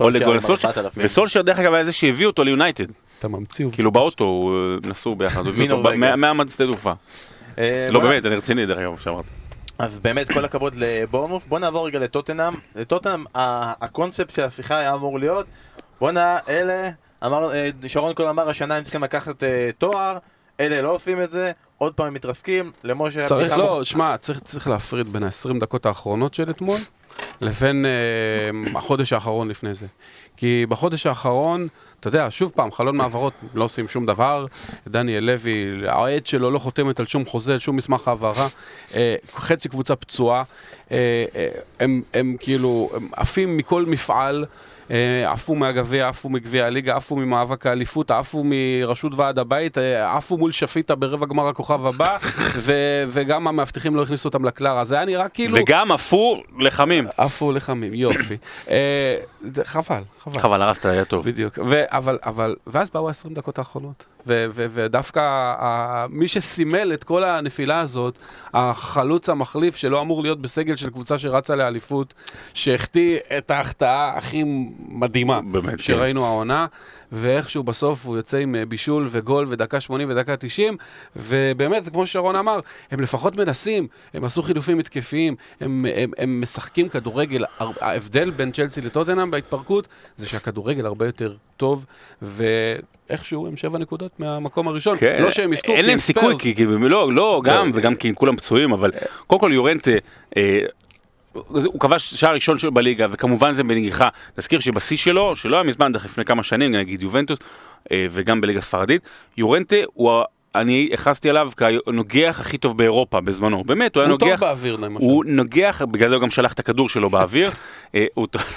וסולשר דרך אגב היה זה שהביא אותו ליונייטד. אתה ממציא. כאילו באוטו נסעו ביחד, מהמד שדה תעופה. לא באמת, אני רציני דרך אגב שאמרת. אז באמת כל הכבוד לבורנמוף. בוא נעבור רגע לטוטנהאם. לטוטנהאם הקונספט של השיחה היה אמור להיות, בוא נע, אלה, אמר, שרון קול אמר השנה הם צריכים לקחת תואר, אלה לא עושים את זה, עוד פעם מתרסקים, למשה... צריך, לא, שמע, צריך, צריך להפריד בין ה-עשרים דקות האחרונות של אתמול, לבין אה, החודש האחרון לפני זה. כי בחודש האחרון, אתה יודע, שוב פעם, חלון מעברות, לא עושים שום דבר, דניאל לוי, העד שלו לא חותמת על שום חוזה, על שום מסמך העברה, אה, חצי קבוצה פצועה, אה, אה, הם, הם כאילו, הם עפים מכל מפעל, עפו מהגביע, עפו מגביע הליגה, עפו ממאבק האליפות, עפו מרשות ועד הבית, עפו מול שפיטה ברבע גמר הכוכב הבא, וגם המאבטחים לא הכניסו אותם לקלרה. זה היה נראה כאילו... וגם עפו לחמים. עפו לחמים, יופי. חבל, חבל. חבל, הרסת, היה טוב. בדיוק. אבל, ואז באו עשרים דקות האחרונות. ודווקא מי שסימל את כל הנפילה הזאת, החלוץ המחליף שלא אמור להיות בסגל של קבוצה שרצה לאליפות, שהחטיא את ההחטאה הכי מדהימה שראינו העונה, ואיכשהו בסוף הוא יוצא עם בישול וגול ודקה שמונים ודקה תשעים, ובאמת, זה כמו ששרון אמר, הם לפחות מנסים, הם עשו חילופים מתקפיים, הם, הם, הם משחקים כדורגל. ההבדל בין צ'לסי לטוטנהאם בהתפרקות, זה שהכדורגל הרבה יותר טוב, ואיכשהו הם שבע נקודות מהמקום הראשון. כן, לא שהם יזכו, אין להם סיכוי, כי, כי לא, לא, גם, וגם כי כולם פצועים, אבל קודם כל יורנטה, אה, הוא כבש שער ראשון שלו בליגה, וכמובן זה בנגיחה. נזכיר שבשיא שלו, שלא היה מזמן, דרך לפני כמה שנים, נגיד יובנטוס, וגם בליגה ספרדית, יורנטה הוא, אני הכנסתי עליו כנוגח הכי טוב באירופה בזמנו. באמת, הוא היה נוגח... הוא טוב באוויר, למשל. הוא נוגח, בגלל זה הוא גם שלח את הכדור שלו באוויר. הוא טוב...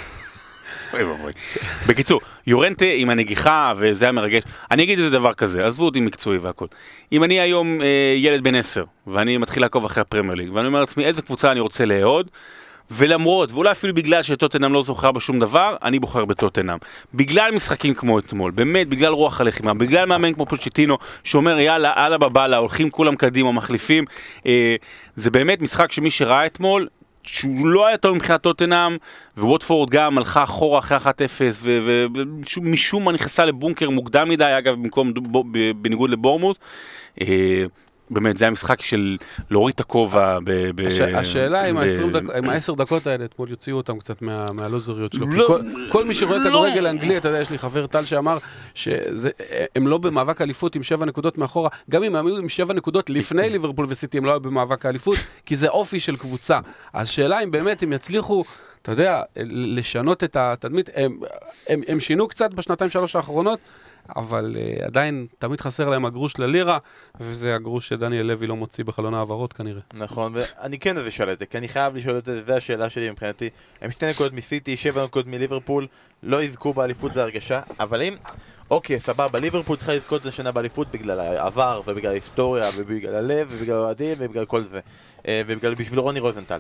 בקיצור, יורנטה עם הנגיחה, וזה היה מרגש. אני אגיד איזה דבר כזה, עזבו אותי מקצועי והכל. אם אני היום ילד בן עשר, ואני מתחיל לעקוב אחרי הפרמייר ליג, ואני אומר לעצמי, איזה קבוצה אני רוצה לאהוד, ולמרות, ואולי אפילו בגלל שטוטנהאם לא זוכר בשום דבר, אני בוחר בטוטנהאם. בגלל משחקים כמו אתמול, באמת, בגלל רוח הלחימה, בגלל מאמן כמו פוצ'טינו, שאומר, יאללה, אללה בבאללה, הולכים כולם קדימה, מחליפים. אה, זה באמת משחק שמי שראה אתמול, שהוא לא היה טוב מבחינת טוטנהאם, וווטפורד גם הלכה אחורה אחרי אחת אפס, ומשום מה נכנסה לבונקר מוקדם מדי, אגב, במקום, בניגוד לבורמוט. אה, באמת, זה היה משחק של להוריד את הכובע. השאלה אם העשר דקות האלה, אתמול יוציאו אותם קצת מהלוזריות שלו. כל מי שרואה כדורגל האנגלי, אתה יודע, יש לי חבר טל שאמר שהם לא במאבק האליפות עם שבע נקודות מאחורה, גם אם הם היו עם שבע נקודות לפני ליברפול וסיטי, הם לא היו במאבק האליפות, כי זה אופי של קבוצה. השאלה אם באמת הם יצליחו, אתה יודע, לשנות את התדמית, הם שינו קצת בשנתיים שלוש האחרונות, אבל uh, עדיין תמיד חסר להם הגרוש ללירה, וזה הגרוש שדניאל לוי לא מוציא בחלון העברות כנראה. נכון, ואני כן אשאל את זה, כי אני חייב לשאול את זה, זה השאלה שלי מבחינתי. הם שתי נקודות מסיטי, שבע נקודות מליברפול, לא יזכו באליפות, זה הרגשה, אבל אם, אוקיי, סבבה, ליברפול צריכה לזכות לשנה באליפות בגלל העבר, ובגלל ההיסטוריה, ובגלל הלב, ובגלל האוהדים, ובגלל כל זה, ובגלל בשביל רוני רוזנטל.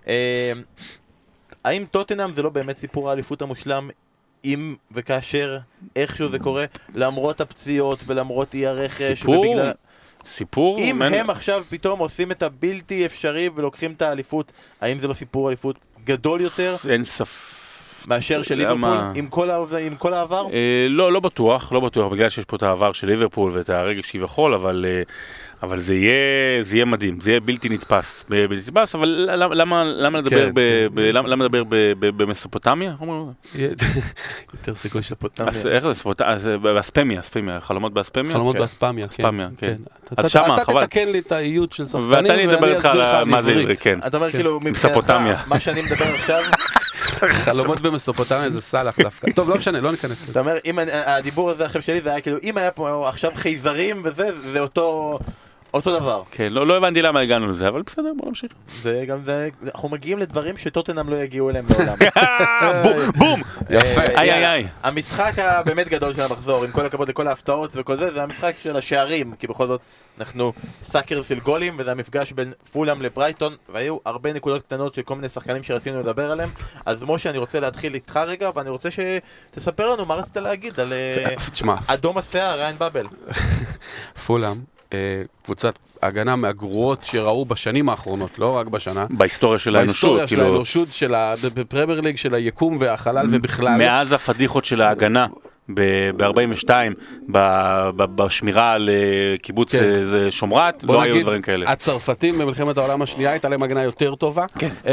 האם טוטנהאם זה לא באמת סיפור האליפות המושלם, אם וכאשר איכשהו זה קורה, למרות הפציעות ולמרות אי הרכש, סיפור, ובגלל... סיפור, אם מנ... הם עכשיו פתאום עושים את הבלתי אפשרי ולוקחים את האליפות, האם זה לא סיפור אליפות גדול יותר? אין ספק. מאשר של ליברפול, עם כל, עם כל העבר? אה, לא, לא בטוח, לא בטוח, בגלל שיש פה את העבר של ליברפול ואת הרגש שהיא יכול, אבל, אה, אבל זה יהיה, זה יהיה מדהים, זה יהיה בלתי נתפס, בלתי נתפס, אבל למה, למה, למה לדבר, ב, ב, למה, למה לדבר במסופוטמיה? יותר סיכוי שפוטמיה. איך זה? באספמיה, אספמיה, חלומות באספמיה? חלומות באספמיה, כן. אז שמה, חבל. אתה תתקן לי את האיות של שחקנים, ואני אדבר לך על מה זה עברית, כן. אתה אומר כאילו, מבחינתך, מה שאני מדבר עכשיו, חלומות במסופוטמיה זה סלח דווקא. טוב, לא משנה, לא ניכנס לזה. אתה אומר, אם הדיבור הזה עכשיו שלי, זה היה כאילו, אם היה פה עכשיו חייזרים וזה, זה אותו... אותו דבר. כן, לא, לא הבנתי למה הגענו לזה, אבל בסדר, בוא נמשיך. זה גם זה, אנחנו מגיעים לדברים שטוטנהאם לא יגיעו אליהם בעולם. בום! יפה, איי איי איי. המשחק הבאמת גדול של המחזור, עם כל הכבוד לכל ההפתעות וכל זה, זה המשחק של השערים, כי בכל זאת אנחנו סאקר של גולים, וזה המפגש בין פולהאם לברייטון, והיו הרבה נקודות קטנות של כל מיני שחקנים שרצינו לדבר עליהם. אז משה, אני רוצה להתחיל איתך רגע, ואני רוצה שתספר לנו מה רצית להגיד על אדום השיער, ריין באבל. פולהאם. קבוצת הגנה מהגרועות שראו בשנים האחרונות, לא רק בשנה. בהיסטוריה של האנושות. בהיסטוריה של האנושות, של הפרמייר ליג, של היקום והחלל ובכלל. מאז הפדיחות של ההגנה. ב-ארבעים ושתיים, בשמירה על קיבוץ שומרת, לא היו דברים כאלה. הצרפתים במלחמת העולם השנייה הייתה להם הגנה יותר טובה.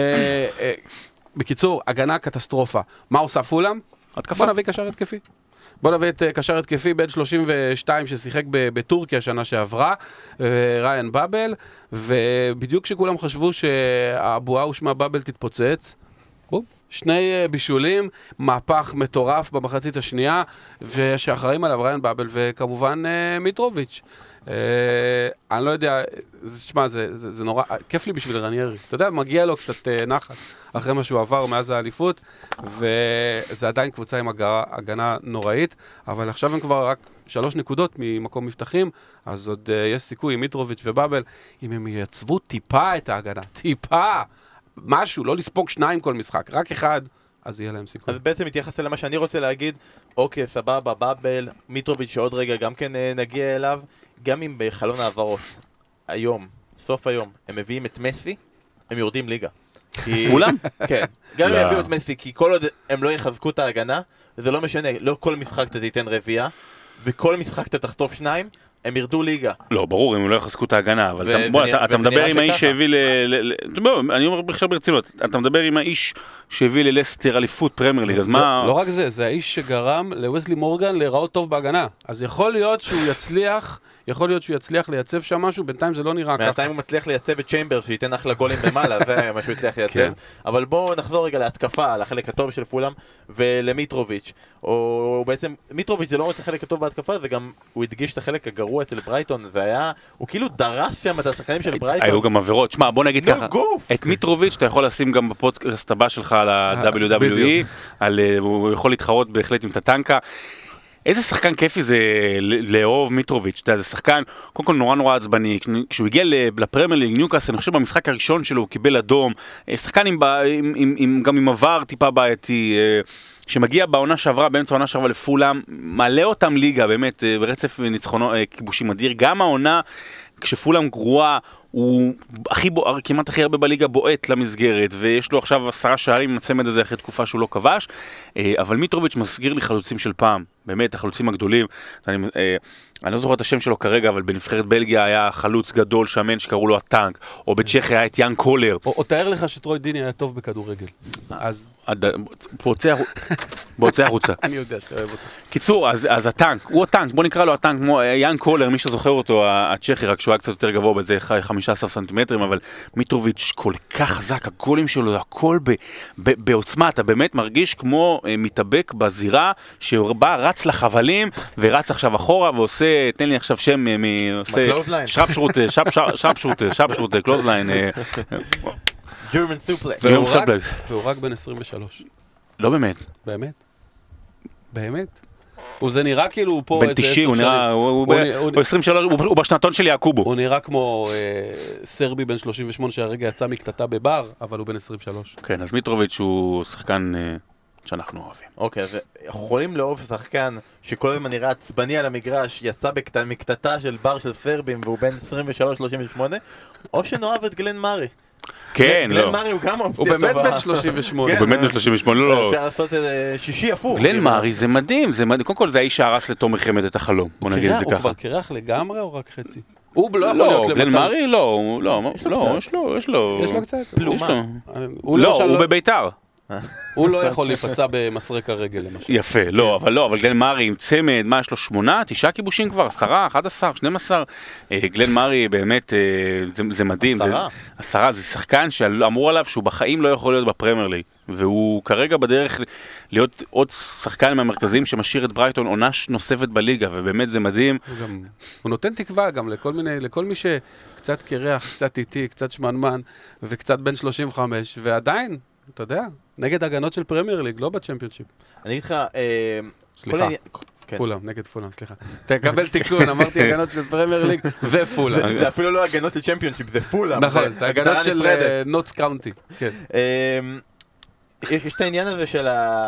בקיצור, הגנה קטסטרופה. מה עושה פולאם? בוא נביא קשר התקפי. בוא נביא את קשר התקפי בן שלושים ושתיים ששיחק בטורקיה שנה שעברה, ריין באבל, ובדיוק כשכולם חשבו שהבועה ושמה באבל תתפוצץ, בום. שני בישולים, מהפך מטורף במחצית השנייה, ושאחראים עליו ריין באבל וכמובן מיטרוביץ'. אני לא יודע, תשמע, זה נורא, כיף לי בשביל רניירי. אתה יודע, מגיע לו קצת נחת אחרי מה שהוא עבר מאז האליפות, וזה עדיין קבוצה עם הגנה נוראית, אבל עכשיו הם כבר רק שלוש נקודות ממקום מבטחים, אז עוד יש סיכוי עם מיטרוביץ' ובאבל, אם הם ייצבו טיפה את ההגנה, טיפה! משהו, לא לספוג שניים כל משחק, רק אחד, אז יהיה להם סיכוי. אז בעצם מתייחס למה שאני רוצה להגיד, אוקיי, סבבה, באבל, מיטרוביץ' שעוד רגע גם כן נגיע אליו, גם אם בחלון העברות, היום, סוף היום, הם מביאים את מסי, הם יורדים ליגה. כולם? כן, גם אם יביאו את מסי, כי כל עוד הם לא יחזקו את ההגנה, זה לא משנה, לא כל משחק אתה תיתן רביעה, וכל משחק אתה תחטוף שניים, הם ירדו ליגה. לא, ברור, הם לא יחזקו את ההגנה, אבל בוא, אתה מדבר עם האיש שהביא ל... אני אומר עכשיו ברצינות, אתה מדבר עם האיש שהביא ללסטר אליפות פרמייר ליג, אז מה... לא רק זה, זה האיש שגרם לווסלי מורגן להיראות טוב בהגנה. אז יכול להיות שהוא יצליח, יכול להיות שהוא יצליח לייצב שם משהו, בינתיים זה לא נראה ככה. בינתיים הוא מצליח לייצב את צ'יימברס, שייתן אחלה גולים במעלה, זה מה שהוא יצליח לייצב. אבל בואו נחזור רגע להתקפה, לחלק הטוב של פולאם, ולמיטרוביץ'. או בעצם, מיטרוביץ' זה לא רק החלק הטוב בהתקפה, זה גם, הוא הדגיש את החלק הגרוע אצל ברייטון, זה היה, הוא כאילו דרס שם את השחקנים של ברייטון. היו גם עבירות, שמע, בוא נגיד ככה, את מיטרוביץ' אתה יכול לשים גם בפודקאסט הבא שלך על ה-דאבליו דאבליו אי, הוא יכול להתחרות בהחלט עם טטנקה. איזה שחקן כיפי זה לאהוב מיטרוביץ', אתה יודע, זה שחקן, קודם כל נורא נורא עצבני, כשהוא הגיע לפרמייר ליג ניוקאסל, אני חושב במשחק הראשון שלו הוא קיבל אדום, שחקן עם, עם, עם, גם עם עבר טיפה בעייתי, שמגיע בעונה שעברה, באמצע העונה שעברה לפולאם, מעלה אותם ליגה, באמת, ברצף ניצחונו, כיבושים אדיר, גם העונה, כשפולאם גרועה, הוא הכי בוער, כמעט הכי הרבה בליגה בועט למסגרת, ויש לו עכשיו עשרה שערים עם הצמד הזה אחרי תקופה שהוא לא כבש, אבל מיטרוביץ' מזכיר לי חלוצים של פעם, באמת, החלוצים הגדולים, אני, אני לא זוכר את השם שלו כרגע, אבל בנבחרת בלגיה היה חלוץ גדול שמן שקראו לו הטנק, או בצ'כיה היה את יאן קולר. או, או תאר לך שטרוי דיני היה טוב בכדורגל. אז... בוצע החוצה. אני יודע שאתה אוהב אותו. קיצור, אז, אז הטנק, הוא הטנק, בוא נקרא לו הטנק, כמו יאן קולר, מי שזוכר אותו, הצ'כי, רק שהוא היה קצת יותר גבוה בזה חמישה עשר סנטימטרים, אבל מיטרוביץ' כל כך חזק, הגולים שלו, הכל ב, ב, בעוצמה, אתה באמת מרגיש כמו אה, מתאבק בזירה, שבא רץ לחבלים, ורץ עכשיו אחורה, ועושה, תן לי עכשיו שם, מי עושה... שרפשוט, שרפשוט, שרפשוט, קלוזליין. ג'רמן סופלקס. והוא רק בן עשרים ושלוש. לא באמת. באמת? באמת? וזה נראה כאילו הוא פה איזה עשר שנים. הוא נראה, הוא עשרים ושלוש, הוא בשנתון של יעקובו. הוא נראה כמו סרבי בן שלושים ושמונה שהרגע יצא מקטטה בבר, אבל הוא בן עשרים ושלוש. כן, אז מיטרוביץ' הוא שחקן שאנחנו אוהבים. אוקיי, אז יכולים לאהוב שחקן שכל הזמן נראה עצבני על המגרש, יצא מקטטה של בר של סרבים והוא בן עשרים ושלוש שלושים ושמונה, או שנאהב את גלן מארי. כן, לא. גלן מארי הוא גם אופציה טובה. הוא באמת בן שלושים ושמונה. הוא באמת בן שלושים ושמונה, לא. אפשר לעשות שישי הפוך. גלן מארי זה מדהים, זה מדהים. קודם כל זה האיש שהרס לתומר חמד את החלום. בוא נגיד את זה ככה. הוא כבר קרח לגמרי או רק חצי? הוא לא יכול להיות למצב... גלן מארי לא, לא, לא, יש לו, יש לו. יש לו קצת? פלומה. לא, הוא בביתר. הוא לא יכול להיפצע במסרק הרגל למשל. יפה, לא, אבל לא, אבל גלן מארי עם צמד, מה יש לו, שמונה, תשעה כיבושים כבר, עשרה, אחד עשר, שנים עשר, גלן מארי באמת, זה מדהים. עשרה? עשרה, זה שחקן שאמרו עליו שהוא בחיים לא יכול להיות בפרמייר ליג, והוא כרגע בדרך להיות עוד שחקן מהמרכזים שמשאיר את ברייטון עונה נוספת בליגה, ובאמת זה מדהים. הוא נותן תקווה גם לכל מיני, לכל מי שקצת קרח, קצת איטי, קצת שמנמן, וקצת בן שלושים וחמש, ועדיין, אתה יודע, נגד הגנות של פרמייר ליג, לא בצ'מפיונשיפ. אני אגיד לך... סליחה, פולאם, נגד פולאם, סליחה. תקבל תיקון, אמרתי הגנות של פרמייר ליג ופולאם. זה אפילו לא הגנות של צ'מפיונשיפ, זה פולאם. נכון, זה הגנות של נוטס קאונטי. יש את העניין הזה של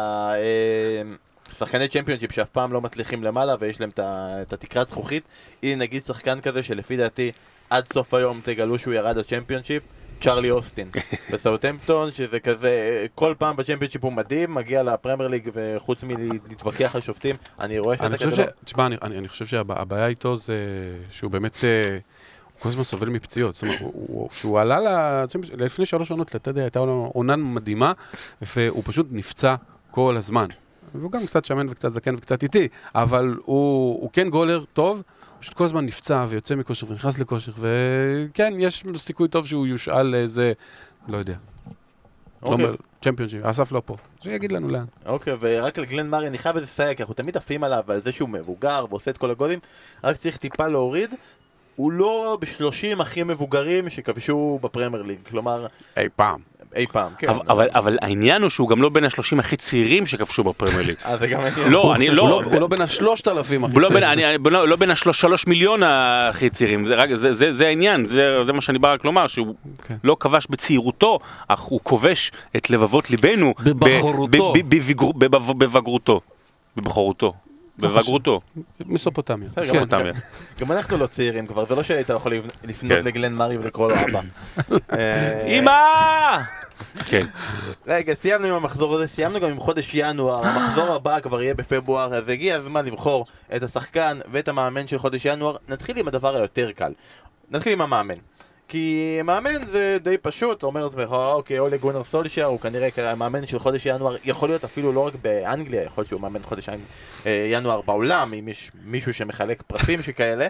שחקני צ'מפיונשיפ שאף פעם לא מצליחים למעלה ויש להם את התקרת זכוכית. הנה נגיד שחקן כזה שלפי דעתי עד סוף היום תגלו שהוא ירד לצ'מפיונשיפ, צ'רלי אוסטין בסאות'המפטון, שזה כזה, כל פעם בצ'מפיונשיפ הוא מדהים, מגיע לפרמייר ליג וחוץ מלהתווכח על שופטים, אני רואה שאתה כזה לא... תשמע, אני חושב שהבעיה איתו זה שהוא באמת, הוא כל הזמן סובל מפציעות, זאת אומרת, שהוא עלה לפני שלוש עונות, אתה יודע, הייתה עונה מדהימה, והוא פשוט נפצע כל הזמן. והוא גם קצת שמן וקצת זקן וקצת איטי, אבל הוא, הוא כן גולר טוב, פשוט כל הזמן נפצע ויוצא מכושר ונכנס לכושר, וכן, יש סיכוי טוב שהוא יושאל לאיזה, לא יודע. אוקיי. צ'מפיונשיפ, אסף לא פה, שיגיד לנו לאן. אוקיי, ורק לגלן מארי, אני חייב איזה סייג, אנחנו תמיד עפים עליו על זה שהוא מבוגר ועושה את כל הגולים, רק צריך טיפה להוריד, הוא לא בשלושים הכי מבוגרים שכבשו בפרמייר ליג, כלומר... אי פעם. אי פעם, כן. אבל, אבל, אבל העניין הוא שהוא גם לא בין השלושים הכי צעירים שכבשו בפרמייר ליג. אה, זה גם העניין. לא, אני לא... הוא לא בין השלושת אלפים הכי צעירים. צעירים. לא בין השלוש מיליון הכי צעירים. זה העניין, זה מה שאני בא רק לומר, שהוא לא כבש בצעירותו, אך הוא כובש את לבבות ליבנו. בבחרותו. בבגרותו. בבחרותו. בבגרותו. מסופוטמיה. מסופוטמיה. גם אנחנו לא צעירים כבר, זה לא שהיית יכול לפנות לגלן מארי ולקרוא לו אבא. אמא! כן. רגע, סיימנו עם המחזור הזה, סיימנו גם עם חודש ינואר, המחזור הבא כבר יהיה בפברואר, אז הגיע הזמן לבחור את השחקן ואת המאמן של חודש ינואר. נתחיל עם הדבר היותר קל, נתחיל עם המאמן. כי מאמן זה די פשוט, אתה אומר לעצמך, אוקיי, אולי גונר סולשייר, הוא כנראה המאמן של חודש ינואר, יכול להיות אפילו לא רק באנגליה, יכול להיות שהוא מאמן חודש ינואר בעולם, אם יש מישהו שמחלק פרסים שכאלה.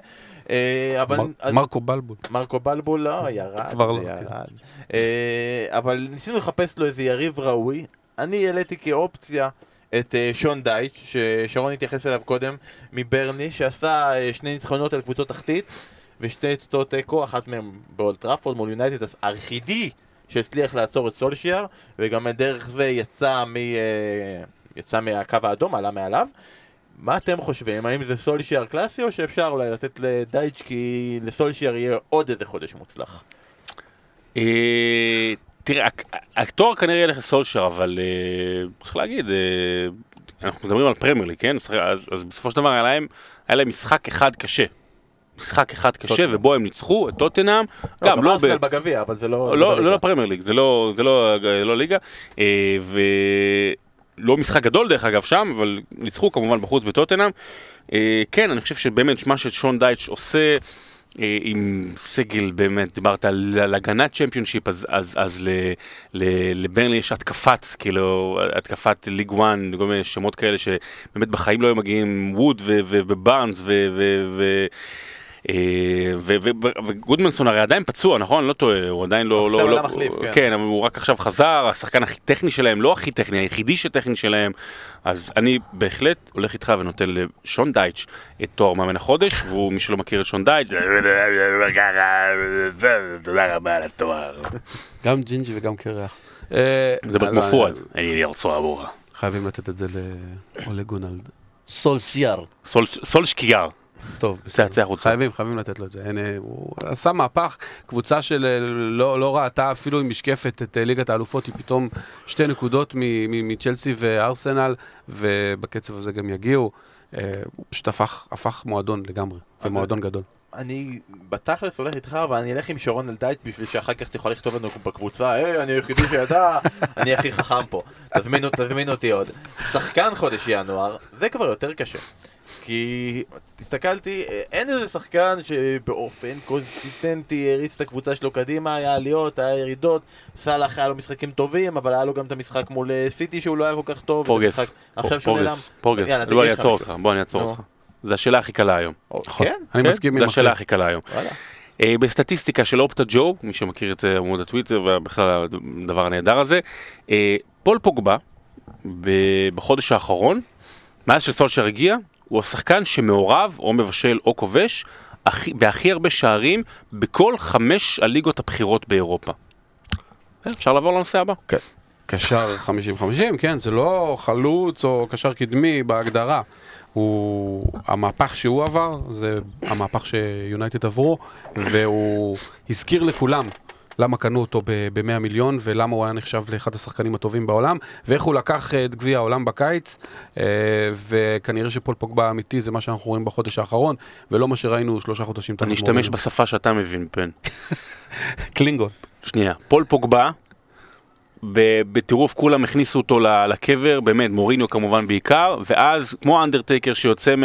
מרקו בלבול. מרקו בלבול, לא, ירד, כבר לא. אבל ניסינו לחפש לו איזה יריב ראוי, אני העליתי כאופציה את שון דייץ', ששרון התייחס אליו קודם, מברני, שעשה שני ניצחונות על קבוצות תחתית, ושתי תוצאות תיקו, אחת מהם באולד טראפורד מול יונייטד, היחידי שהצליח לעצור את סולשייר, וגם דרך זה יצא, מ... יצא מהקו האדום, עלה מעליו. מה אתם חושבים? האם זה סולשייר קלאסי, או שאפשר אולי לתת לדייץ' כי לסולשייר יהיה עוד איזה חודש מוצלח? תראה, התואר כנראה ילך לסולשייר, אבל צריך להגיד, אנחנו מדברים על פרמייר ליג, כן? אז בסופו של דבר היה להם משחק אחד קשה. משחק אחד קשה, ובו הם ניצחו את טוטנהאם, גם לא ארסנל בגביע, אבל זה לא... לא לפרמייר ליג, זה לא ליגה, ולא משחק גדול דרך אגב שם, אבל ניצחו כמובן בחוץ בטוטנהאם. כן, אני חושב שבאמת מה ששון דייץ' עושה עם סגל, באמת דיברת על הגנת צ'מפיונשיפ, אז לברנלי יש התקפת, כאילו, התקפת ליג וואן, כל מיני שמות כאלה שבאמת בחיים לא היו מגיעים, ווד ובארנס ו... וגודמנסון הרי עדיין פצוע, נכון? לא טועה, הוא עדיין לא... עכשיו עלה מחליף, כן. כן, אבל הוא רק עכשיו חזר, השחקן הכי טכני שלהם, לא הכי טכני, היחידי שטכני שלהם, אז אני בהחלט הולך איתך ונותן לשון דייץ' את תואר מאמן החודש, והוא, מי שלא מכיר את שון דייץ', תודה רבה על התואר. גם ג'ינג'י וגם קרח. מדבר כמו פואד, אני ארצו עבורה. חייבים לתת את זה לאולה גונלד. סולשייר. סולשקייר. טוב, חייבים, חייבים לתת לו את זה. הוא עשה מהפך, קבוצה של לא ראתה אפילו עם משקפת את ליגת האלופות, היא פתאום שתי נקודות מצ'לסי וארסנל, ובקצב הזה גם יגיעו. הוא פשוט הפך מועדון לגמרי, ומועדון גדול. אני בתכלס הולך איתך, אבל אני אלך עם שרון על דייט בשביל שאחר כך תוכל לכתוב לנו בקבוצה, היי, אני היחידי שידע, אני הכי חכם פה. תזמינו אותי עוד. שחקן חודש ינואר, זה כבר יותר קשה. כי תסתכלתי, אין איזה שחקן שבאופן קונסיסטנטי הריץ את הקבוצה שלו קדימה, היה עליות, היה ירידות, סלאח היה לו משחקים טובים, אבל היה לו גם את המשחק מול סיטי שהוא לא היה כל כך טוב. פורגס, פורגס, פורגס, בוא אני אעצור אותך, בוא אני אעצור אותך. זה השאלה הכי קלה היום. כן? אני מסכים עם זה השאלה הכי קלה היום. בסטטיסטיקה של אופטה ג'ו, מי שמכיר את עמוד הטוויטר ובכלל הדבר הנהדר הזה, פול פוגבה בחודש האחרון, מאז שסולשייר הגיע, הוא השחקן שמעורב או מבשל או כובש בהכי הרבה שערים בכל חמש הליגות הבכירות באירופה. אפשר לעבור לנושא הבא? כן. קשר חמישים חמישים, כן, זה לא חלוץ או קשר קדמי בהגדרה. הוא, המהפך שהוא עבר, זה המהפך שיונייטד עברו, והוא הזכיר לכולם למה קנו אותו ב-מאה מיליון, ולמה הוא היה נחשב לאחד השחקנים הטובים בעולם, ואיך הוא לקח את גביע העולם בקיץ, וכנראה שפול פוגבה האמיתי זה מה שאנחנו רואים בחודש האחרון, ולא מה שראינו שלושה חודשים. אני אשתמש בשפה שאתה מבין, פן. קלינגון. שנייה, פול פוגבה, בטירוף כולם הכניסו אותו לקבר, באמת, מוריניו כמובן בעיקר, ואז כמו אנדרטייקר שיוצא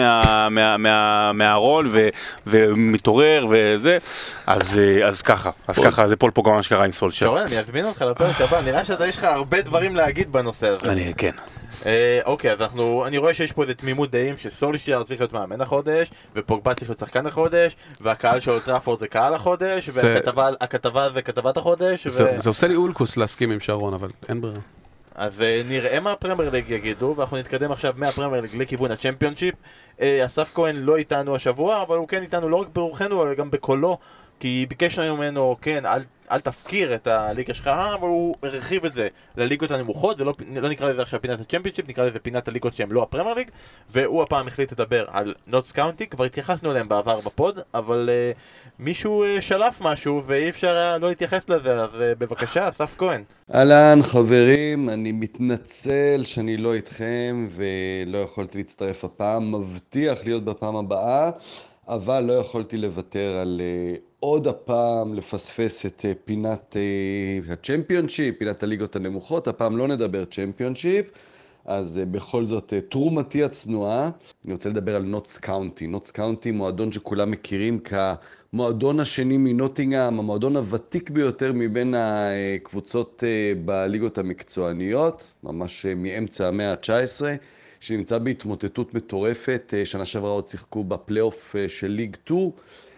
מהארון ומתעורר וזה, אז ככה, אז ככה, זה פול פוגבה מה שקרה עם סולשר. שרון, אני אזמין אותך לפרק הבא, נראה שאתה יש לך הרבה דברים להגיד בנושא הזה. אני, כן. אוקיי, אז אנחנו, אני רואה שיש פה איזה תמימות דעים שסולשר צריך להיות מאמן החודש, ופוגבה צריך להיות שחקן החודש, והקהל של טראפורד זה קהל החודש, והכתבה זה כתבת החודש. זה עושה לי אולקוס להסכים עם שרון, אבל אין ברירה. אז נראה מה הפרמייר ליג יגידו, ואנחנו נתקדם עכשיו מהפרמייר ליג לכיוון הצ'מפיונשיפ. אסף כהן לא איתנו השבוע, אבל הוא כן איתנו לא רק ברוחנו, אבל גם בקולו, כי ביקשנו ממנו, כן, אל, אל תפקיר את הליגה שלך, אבל הוא הרחיב את זה לליגות הנמוכות, זה לא, לא נקרא לזה עכשיו פינת הצ'מפיונשיפ, נקרא לזה פינת הליגות שהן לא הפרמייר ליג, והוא הפעם החליט לדבר על נוטס קאונטי, כבר התייחסנו אליהם בעבר בפוד, אבל uh, מישהו uh, שלף משהו ואי אפשר uh, לא להתייחס לזה, אז uh, בבקשה, אסף כהן. אהלן חברים, אני מתנצל שאני לא איתכם ולא יכולתי להצטרף הפעם, מבטיח להיות בפעם הבאה, אבל לא יכולתי לוותר על uh, עוד הפעם לפספס את uh, פינת uh, הצ'מפיונשיפ, פינת הליגות הנמוכות, הפעם לא נדבר צ'מפיונשיפ, אז uh, בכל זאת uh, תרומתי הצנועה, אני רוצה לדבר על נוטס קאונטי. נוטס קאונטי, מועדון שכולם מכירים כמועדון השני מנוטינגהאם, המועדון הוותיק ביותר מבין הקבוצות uh, בליגות המקצועניות, ממש uh, מאמצע המאה ה-תשע עשרה, שנמצא בהתמוטטות מטורפת, שנה שעברה עוד שיחקו בפלייאוף של ליג שתיים,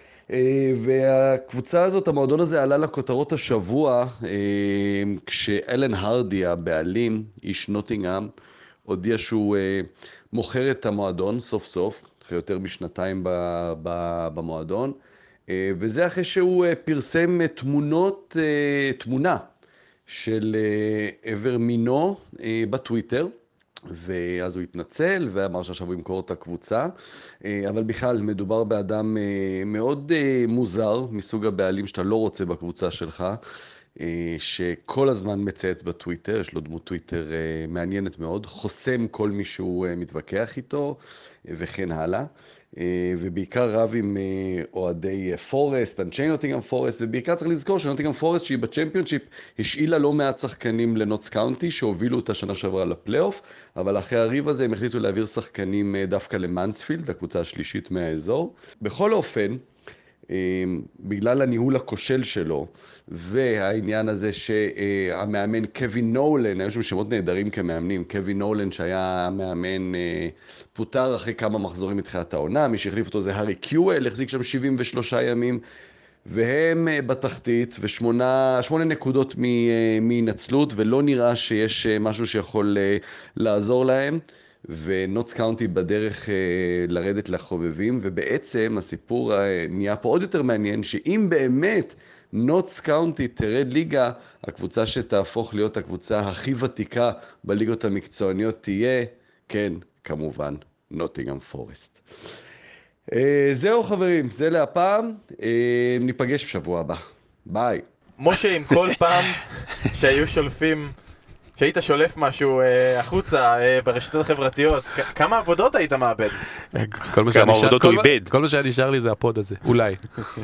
והקבוצה הזאת, המועדון הזה עלה לכותרות השבוע, כשאלן הרדי, הבעלים, איש נוטינגהאם, הודיע שהוא מוכר את המועדון סוף סוף, אחרי יותר משנתיים במועדון, וזה אחרי שהוא פרסם תמונות, תמונה של עבר מינו בטוויטר, ואז הוא התנצל ואמר שעכשיו הוא ימכור את הקבוצה, אבל בכלל מדובר באדם מאוד מוזר, מסוג הבעלים שאתה לא רוצה בקבוצה שלך, שכל הזמן מצייץ בטוויטר, יש לו דמות טוויטר מעניינת מאוד, חוסם כל מי שהוא מתווכח איתו וכן הלאה, ובעיקר רב עם אוהדי פורסט, אנשי נוטינגהאם פורסט, ובעיקר צריך לזכור שנוטינגהאם פורסט שהיא בצ'מפיונשיפ השאילה לא מעט שחקנים לנוטס קאונטי שהובילו אותה שנה שעברה לפלייאוף, אבל אחרי הריב הזה הם החליטו להעביר שחקנים דווקא למאנספילד, הקבוצה השלישית מהאזור. בכל אופן, בגלל הניהול הכושל שלו והעניין הזה שהמאמן קווין נולן, היו שם שמות נהדרים כמאמנים, קווין נולן שהיה מאמן פוטר אחרי כמה מחזורים מתחילת העונה, מי שהחליף אותו זה הארי קיואל, החזיק שם שבעים ושלושה ימים, והם בתחתית ושמונה שמונה נקודות מנצלות, ולא נראה שיש משהו שיכול לעזור להם, ונוטס קאונטי בדרך לרדת לחובבים, ובעצם הסיפור נהיה פה עוד יותר מעניין, שאם באמת נוטס קאונטי תרד ליגה, הקבוצה שתהפוך להיות הקבוצה הכי ותיקה בליגות המקצועניות תהיה, כן, כמובן, נוטינגהאם פורסט. זהו חברים, זה להפעם, ניפגש בשבוע הבא. ביי. משה, עם כל פעם שהיו שולפים, שהיית שולף משהו החוצה ברשתות החברתיות, כמה עבודות היית מאבד? כמה עבודות הוא איבד. כל מה שהיה נשאר לי זה הפוד הזה, אולי.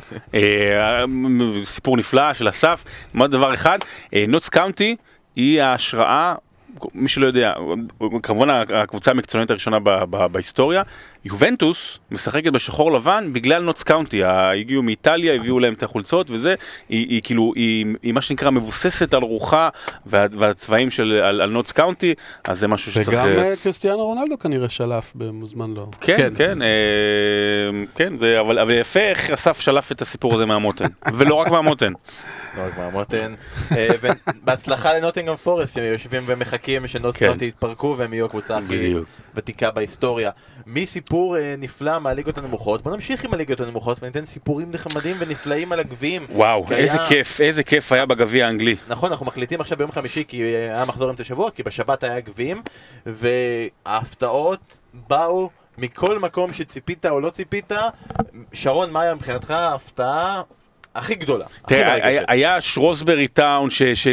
סיפור נפלא של אסף. דבר אחד, נוטס קאונטי היא ההשראה, מי שלא יודע, כמובן הקבוצה המקצוענית הראשונה בהיסטוריה, יובנטוס משחקת בשחור לבן בגלל נוטס קאונטי, הגיעו מאיטליה, הביאו להם את החולצות וזה, היא כאילו, היא מה שנקרא מבוססת על רוחה והצבעים של נוטס קאונטי, אז זה משהו שצריך... וגם קריסטיאנו רונלדו כנראה שלף במוזמן לו. כן, כן, כן, אבל יפה איך אסף שלף את הסיפור הזה מהמותן, ולא רק מהמותן. לא רק מהמותן, ובהצלחה לנוטינגהאם פורסט, שהם יושבים ומחכים שנוטס קאונטי יתפרקו והם יהיו הקבוצה הכי ותיקה בהיסטוריה. מסיפור נפלא מהליגות הנמוכות, בוא נמשיך עם הליגות הנמוכות וניתן סיפורים נחמדים ונפלאים על הגביעים. וואו, איזה כיף, איזה כיף היה בגביע האנגלי. נכון, אנחנו מקליטים עכשיו ביום חמישי כי היה מחזור אמצע שבוע, כי בשבת היה גביעים, וההפתעות באו מכל מקום שציפית או לא ציפית. שרון, מה היה מבחינתך ההפתעה הכי גדולה. היה שרוסברי טאון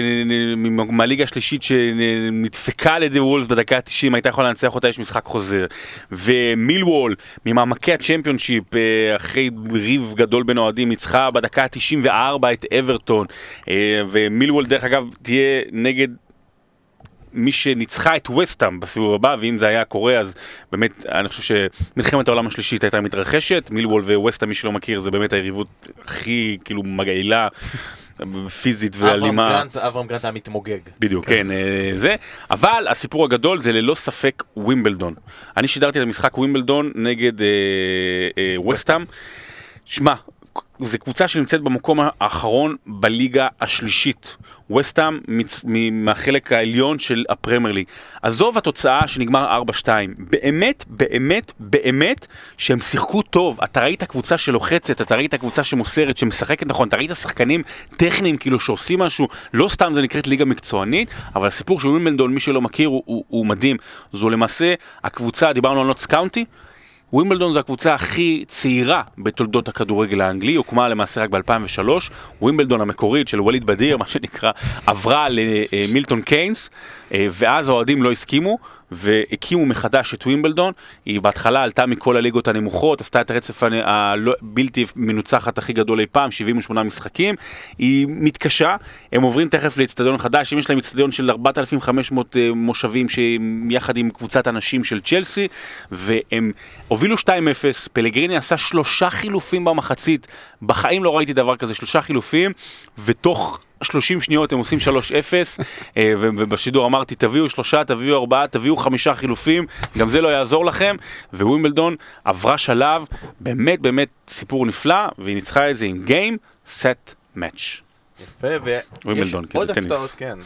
מהליגה השלישית שנדפקה על ידי וולס בדקה ה-תשעים, הייתה יכולה לנצח אותה, יש משחק חוזר. ומילוול, ממעמקי הצ'מפיונשיפ, אחרי ריב גדול בין אוהדים, ניצחה בדקה ה-תשעים וארבע את אברטון. ומילוול דרך אגב תהיה נגד מי שניצחה את וסטהאם בסיבוב הבא, ואם זה היה קורה, אז באמת, אני חושב שמלחמת העולם השלישית הייתה מתרחשת, מילוול וווסטהאם, מי שלא מכיר, זה באמת היריבות הכי, כאילו, מגעילה, פיזית ואלימה. אברהם גרנט היה מתמוגג. בדיוק, כן, זה. אבל הסיפור הגדול זה ללא ספק ווימבלדון. אני שידרתי את המשחק ווימבלדון נגד וסטהאם. שמע, זו קבוצה שנמצאת במקום האחרון בליגה השלישית. וסטהאם מהחלק העליון של הפרמייר ליג. עזוב התוצאה שנגמר ארבע שתיים. באמת, באמת, באמת שהם שיחקו טוב. אתה ראית קבוצה שלוחצת, אתה ראית קבוצה שמוסרת, שמשחקת נכון, אתה ראית שחקנים טכניים כאילו שעושים משהו. לא סתם זה נקראת ליגה מקצוענית, אבל הסיפור של ווימבלדון, מי שלא מכיר, הוא, הוא, הוא מדהים. זו למעשה הקבוצה, דיברנו על נוטס קאונטי, ווימבלדון זו הקבוצה הכי צעירה בתולדות הכדורגל האנגלי, הוקמה למעשה רק ב-אלפיים ושלוש, ווימבלדון המקורית של ווליד בדיר, מה שנקרא, עברה למילטון קיינס, ואז האוהדים לא הסכימו, והקימו מחדש את ווימבלדון. היא בהתחלה עלתה מכל הליגות הנמוכות, עשתה את הרצף הבלתי מנוצחת הכי גדול אי פעם, שבעים ושמונה משחקים, היא מתקשה, הם עוברים תכף לאצטדיון חדש, אם יש להם אצטדיון של ארבעת אלפים וחמש מאות מושבים, יחד עם קבוצת אנשים של צ'לסי, והם הובילו שתיים אפס, פלגריני עשה שלושה חילופים במחצית, בחיים לא ראיתי דבר כזה, שלושה חילופים, ותוך שלושים שניות הם עושים שלוש אפס, ובשידור אמרתי תביאו שלושה, תביאו ארבעה, תביאו חמישה חילופים, גם זה לא יעזור לכם, ווימבלדון עברה שלב, באמת באמת סיפור נפלא, והיא ניצחה את זה עם גיים, סט, מאץ'. יפה, ויש עוד הפתעות, כן,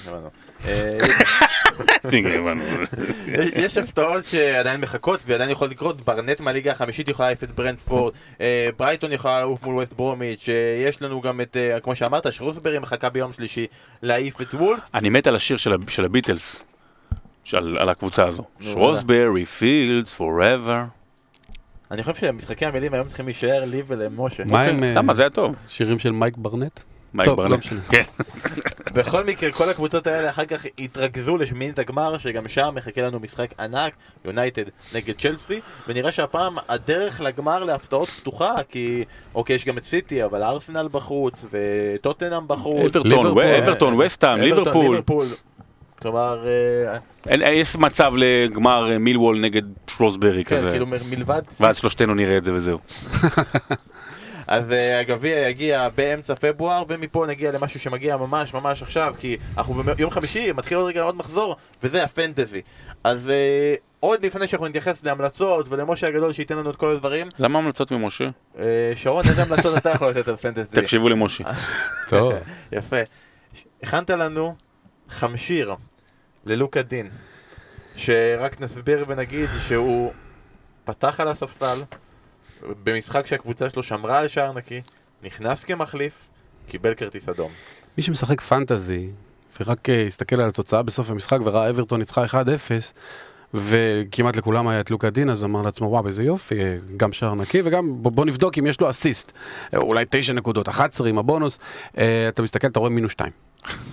יש הפתעות שעדיין מחכות ועדיין יכול לקרות. ברנט מהליגה החמישית יכולה להעיף את ברנטפורד, ברייטון יכולה לעוף מול ווסט ברומיץ', יש לנו גם את, כמו שאמרת, שרוסברי מחכה ביום שלישי להעיף את וולף. אני מת על השיר של הביטלס, על הקבוצה הזו, שרוסברי פילדס פוראבר. אני חושב שהמשחקי המילים היום צריכים להישאר לי ולמשה. למה? זה היה טוב. שירים של מייק ברנט? מייק ברנט. כן. בכל מקרה, כל הקבוצות האלה אחר כך התרכזו לשמינית הגמר, שגם שם מחכה לנו משחק ענק, יונייטד נגד צ'לסי, ונראה שהפעם הדרך לגמר להפתעות פתוחה, כי אוקיי, יש גם את סיטי, אבל ארסנל בחוץ, וטוטנהאם בחוץ. אברטון, וסטהאם, ליברפול. כלומר, יש מצב לגמר מילוול נגד שרוסברי כזה. כן, כאילו מלבד. ואז שלושתנו נראה את זה וזהו. אז הגביע יגיע באמצע פברואר, ומפה נגיע למשהו שמגיע ממש ממש עכשיו, כי אנחנו ביום חמישי מתחיל עוד רגע עוד מחזור, וזה הפנטזי. אז עוד לפני שאנחנו נתייחס להמלצות ולמשה הגדול שייתן לנו את כל הדברים. למה המלצות ממשה? שרון, איזה המלצות אתה יכול לתת על פנטזי? תקשיבו למשה. טוב. יפה. הכנת לנו חמשיר ללוקה דין, שרק נסביר ונגיד שהוא פתח על הספסל במשחק שהקבוצה שלו שמרה על שער נקי, נכנס כמחליף, קיבל כרטיס אדום. מי שמשחק פנטזי ורק הסתכל על התוצאה בסוף המשחק וראה אברטון ניצחה אחד אפס וכמעט לכולם היה את לוקה דין, אז אמר לעצמו וואו איזה יופי, גם שער נקי וגם בוא נבדוק אם יש לו אסיסט, אולי תשע נקודות, אחת עשרה עם הבונוס, אתה מסתכל אתה רואה מינוס שתיים.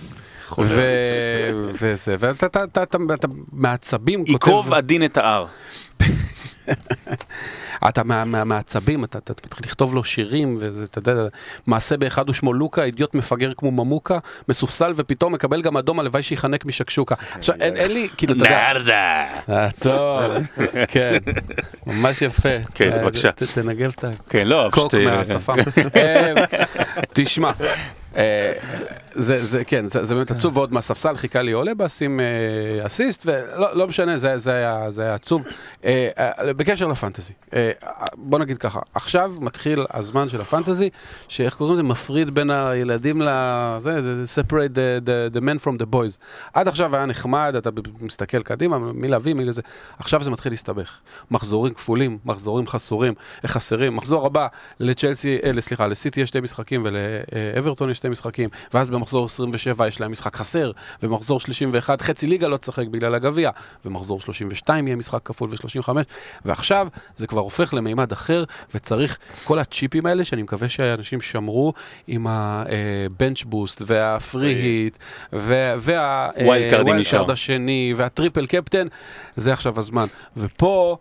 וזה, ואתה מעצבים עיקוב עדין את הער. אתה מהעצבים, אתה מתחיל לכתוב לו שירים, ואתה יודע, מעשה באחד ושמו לוקה, אידיוט מפגר כמו ממוקה, מסופסל ופתאום מקבל גם אדום, הלוואי שיחנק משקשוקה. עכשיו, אין לי, כאילו, אתה יודע... נרדה! טוב, כן, ממש יפה. כן, בבקשה. תנגב את הקוק מהשפה. תשמע. זה, זה, כן, זה, זה באמת עצוב, ועוד מהספסל חיכה לי עולה בעשים אה, אסיסט, ולא לא משנה, זה, זה, היה, זה היה עצוב. אה, אה, בקשר לפנטזי, אה, בוא נגיד ככה, עכשיו מתחיל הזמן של הפנטזי, שאיך קוראים לזה, מפריד בין הילדים ל... זה, זה, separate the, the, the men from the boys. עד עכשיו היה נחמד, אתה מסתכל קדימה, מי להביא, מי לזה. עכשיו זה מתחיל להסתבך. מחזורים כפולים, מחזורים חסורים, חסרים. מחזור הבא לצ'לסי, אה, סליחה, לסיטי יש שתי משחקים, ולאברטון יש שתי משחקים, ואז במחזור ומחזור עשרים ושבע יש להם משחק חסר, ומחזור שלושים ואחת חצי ליגה לא צחק בגלל הגביע, ומחזור שלושים ושתיים יהיה משחק כפול ו-שלושים וחמש, ועכשיו זה כבר הופך למימד אחר, וצריך כל הצ'יפים האלה, שאני מקווה שאנשים שמרו עם הבנץ' בוסט, והפרי היט, והווילד קארד השני, והטריפל קפטן, זה עכשיו הזמן. ופה,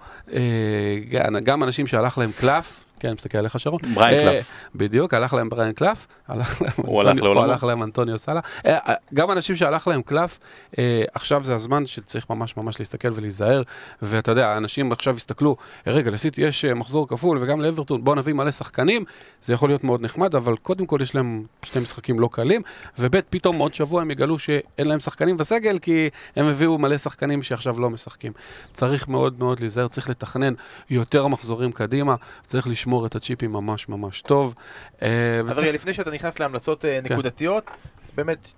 גם אנשים שהלך להם קלף, כן, מסתכל עליך שרון. בריין קלף. בדיוק, הלך להם בריין קלף, הוא הלך להם אנטוניו סאלה. גם אנשים שהלך להם קלף, עכשיו זה הזמן שצריך ממש ממש להסתכל ולהיזהר, ואתה יודע, האנשים עכשיו הסתכלו, רגע, לסיטי יש מחזור כפול, וגם לאברטון, בואו נביא מלא שחקנים, זה יכול להיות מאוד נחמד, אבל קודם כל יש להם שני משחקים לא קלים, ובית פתאום עוד שבוע הם יגלו שאין להם שחקנים בסגל, כי הם הביאו מלא שחקנים שעכשיו לא משחקים. צריך מאוד מאוד להיזהר, צריך לתכנן יותר מחזורים קדימה, צריך לשמור את הצ'יפים ממש ממש טוב. אז רגע, לפני שאתה נכנס להמלצות נקודתיות, באמת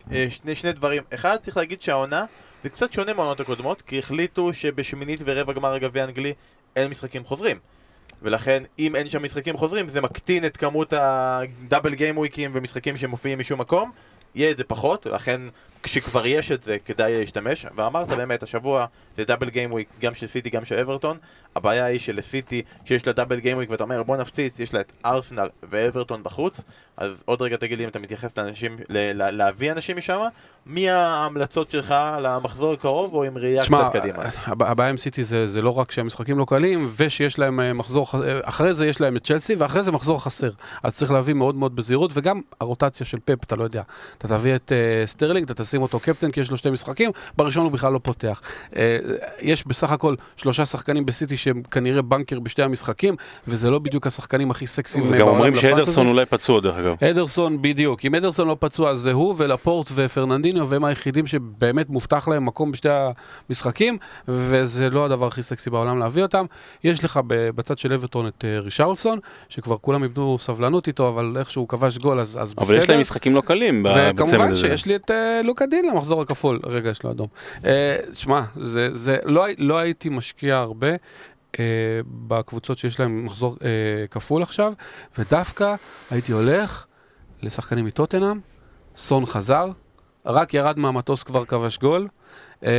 שני דברים. אחד, צריך להגיד שהעונה זה קצת שונה מהעונות הקודמות, כי החליטו שבשמינית ורבע גמר הגביע האנגלי אין משחקים חוזרים. ולכן, אם אין שם משחקים חוזרים, זה מקטין את כמות הדאבל גיים וויקים ומשחקים שמופיעים משום מקום. יהיה את זה פחות, לכן כשכבר יש את זה כדאי להשתמש, ואמרת באמת, השבוע זה דאבל גיים וויק גם של סיטי גם של אברטון. הבעיה היא שלסיטי שיש לה דאבל גיים וויק ואתה אומר בוא נפציץ, יש לה את ארסנל ואברטון בחוץ, אז עוד רגע תגיד לי אם אתה מתייחס לאנשים, להביא אנשים משם, מי ההמלצות שלך למחזור הקרוב או עם ראייה קצת קדימה? הבעיה עם סיטי זה, זה לא רק שהמשחקים לא קלים ושיש להם מחזור, אחרי זה יש להם את צ'לסי ואחרי זה מחזור חסר, אז צריך להביא מאוד מאוד בזהירות, וגם הרוטציה של פפ, אתה לא יודע, אתה תביא את uh, סטרלינג, אתה תשים אותו קפטן כי יש לו שתי משחקים, בראשון הוא בכלל לא פותח. Uh, יש בסך הכל שלושה שחקנים בסיטי שהם כנראה בנקר בשתי המשחקים, וזה לא בדיוק השחקנים הכי סקסיים. וגם אומרים שאדרסון אולי פצוע דרך אגב. אדרסון בדיוק, אם אדרסון לא פצוע זה הוא ולפורט ופרננדיניו, והם היחידים שבאמת מובטח להם מקום בשתי המשחקים, וזה לא הדבר הכי סקסי בעולם להביא אותם. יש לך בצד של אברטון את רישרלסון, שכבר כולם איבדו סבלנות איתו, אבל איך שהוא כבש גול אז, אז אבל בסדר. יש להם משחקים לא קלים בצמד הזה. וכמובן שיש לי את uh, לוקה דין למחזור הכפול. רגע, יש לו אדום. Uh, שמה, זה, זה, לא, לא הייתי משקיע הרבה uh, בקבוצות שיש להם מחזור uh, כפול עכשיו, ודווקא הייתי הולך לשחקנים מטוטנהאם, סון חזר, רק ירד מהמטוס כבר כבש גול, uh, uh,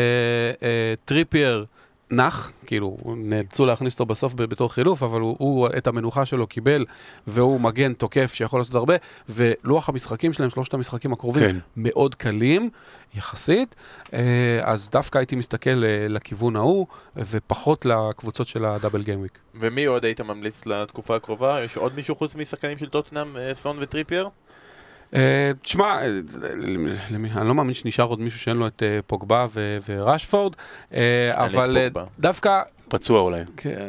טריפייר נח, כאילו, נאלצו להכניס אותו בסוף בתור חילוף, אבל הוא, הוא את המנוחה שלו קיבל, והוא מגן תוקף שיכול לעשות הרבה, ולוח המשחקים שלהם, שלושת המשחקים הקרובים, כן. מאוד קלים, יחסית, אז דווקא הייתי מסתכל לכיוון ההוא, ופחות לקבוצות של הדאבל גיים וויק. ומי עוד היית ממליץ לתקופה הקרובה? יש עוד מישהו חוץ משחקנים של טוטנהאם, סון וטריפייר? תשמע, אני לא מאמין שנשאר עוד מישהו שאין לו את פוגבה ורשפורד, אבל דווקא... פצוע אולי.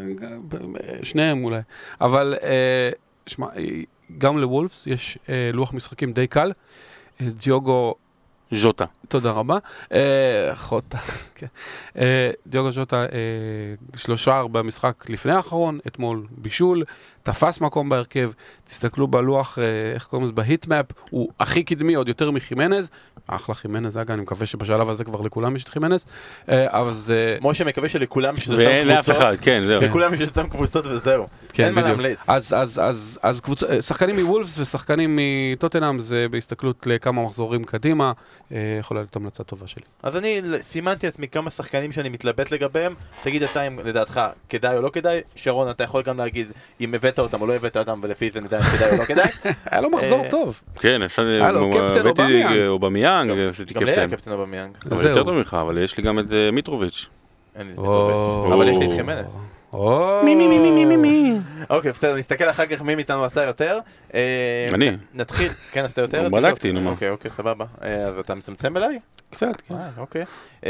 שניהם אולי. אבל, תשמע, גם לוולפס יש לוח משחקים די קל. דיוגו... ז'וטה. תודה רבה. חוטה. דיוגו ז'וטה, שלושה במשחק לפני האחרון, אתמול בישול, תפס מקום בהרכב, תסתכלו בלוח, איך קוראים לזה, בהיטמאפ, הוא הכי קדמי, עוד יותר מחימנז, אחלה חימנז, אגב, אני מקווה שבשלב הזה כבר לכולם יש את חימנז, אבל זה... משה מקווה שלכולם יש את אותם קבוצות, ואין לאף אחד, כן, זהו. לכולם יש את אותם קבוצות וזהו, אין מה להמליץ. אז שחקנים מוולפס ושחקנים מטוטנהאם זה בהסתכלות לכמה מחזורים קדימה, יכולה להיות המלצה טובה שלי. אז אני סימנתי עצמי כמה שחקנים שאני מתלבט לגביהם, תגיד אתה אם לדעתך כדאי או לא כדאי, שרון אתה יכול גם להגיד אם הבאת אותם או לא הבאת אותם ולפי זה נדע אם כדאי או לא כדאי. היה לו מחזור טוב. כן, הבאתי אובמיאנג, עשיתי קפטן. גם לי היה קפטן אובמיאנג. אבל יותר טוב ממך, אבל יש לי גם את מיטרוביץ'. אין לי את מיטרוביץ', אבל יש לי את חימנס. מי מי מי מי מי מי אוקיי, בסדר, נסתכל אחר כך מי מאיתנו עשה יותר. אני. נתחיל, כן, עשתה יותר? בדקתי, נו מה. אוקיי, אוקיי, סבבה. אז אתה מצמצם אליי? קצת, כן. אוקיי.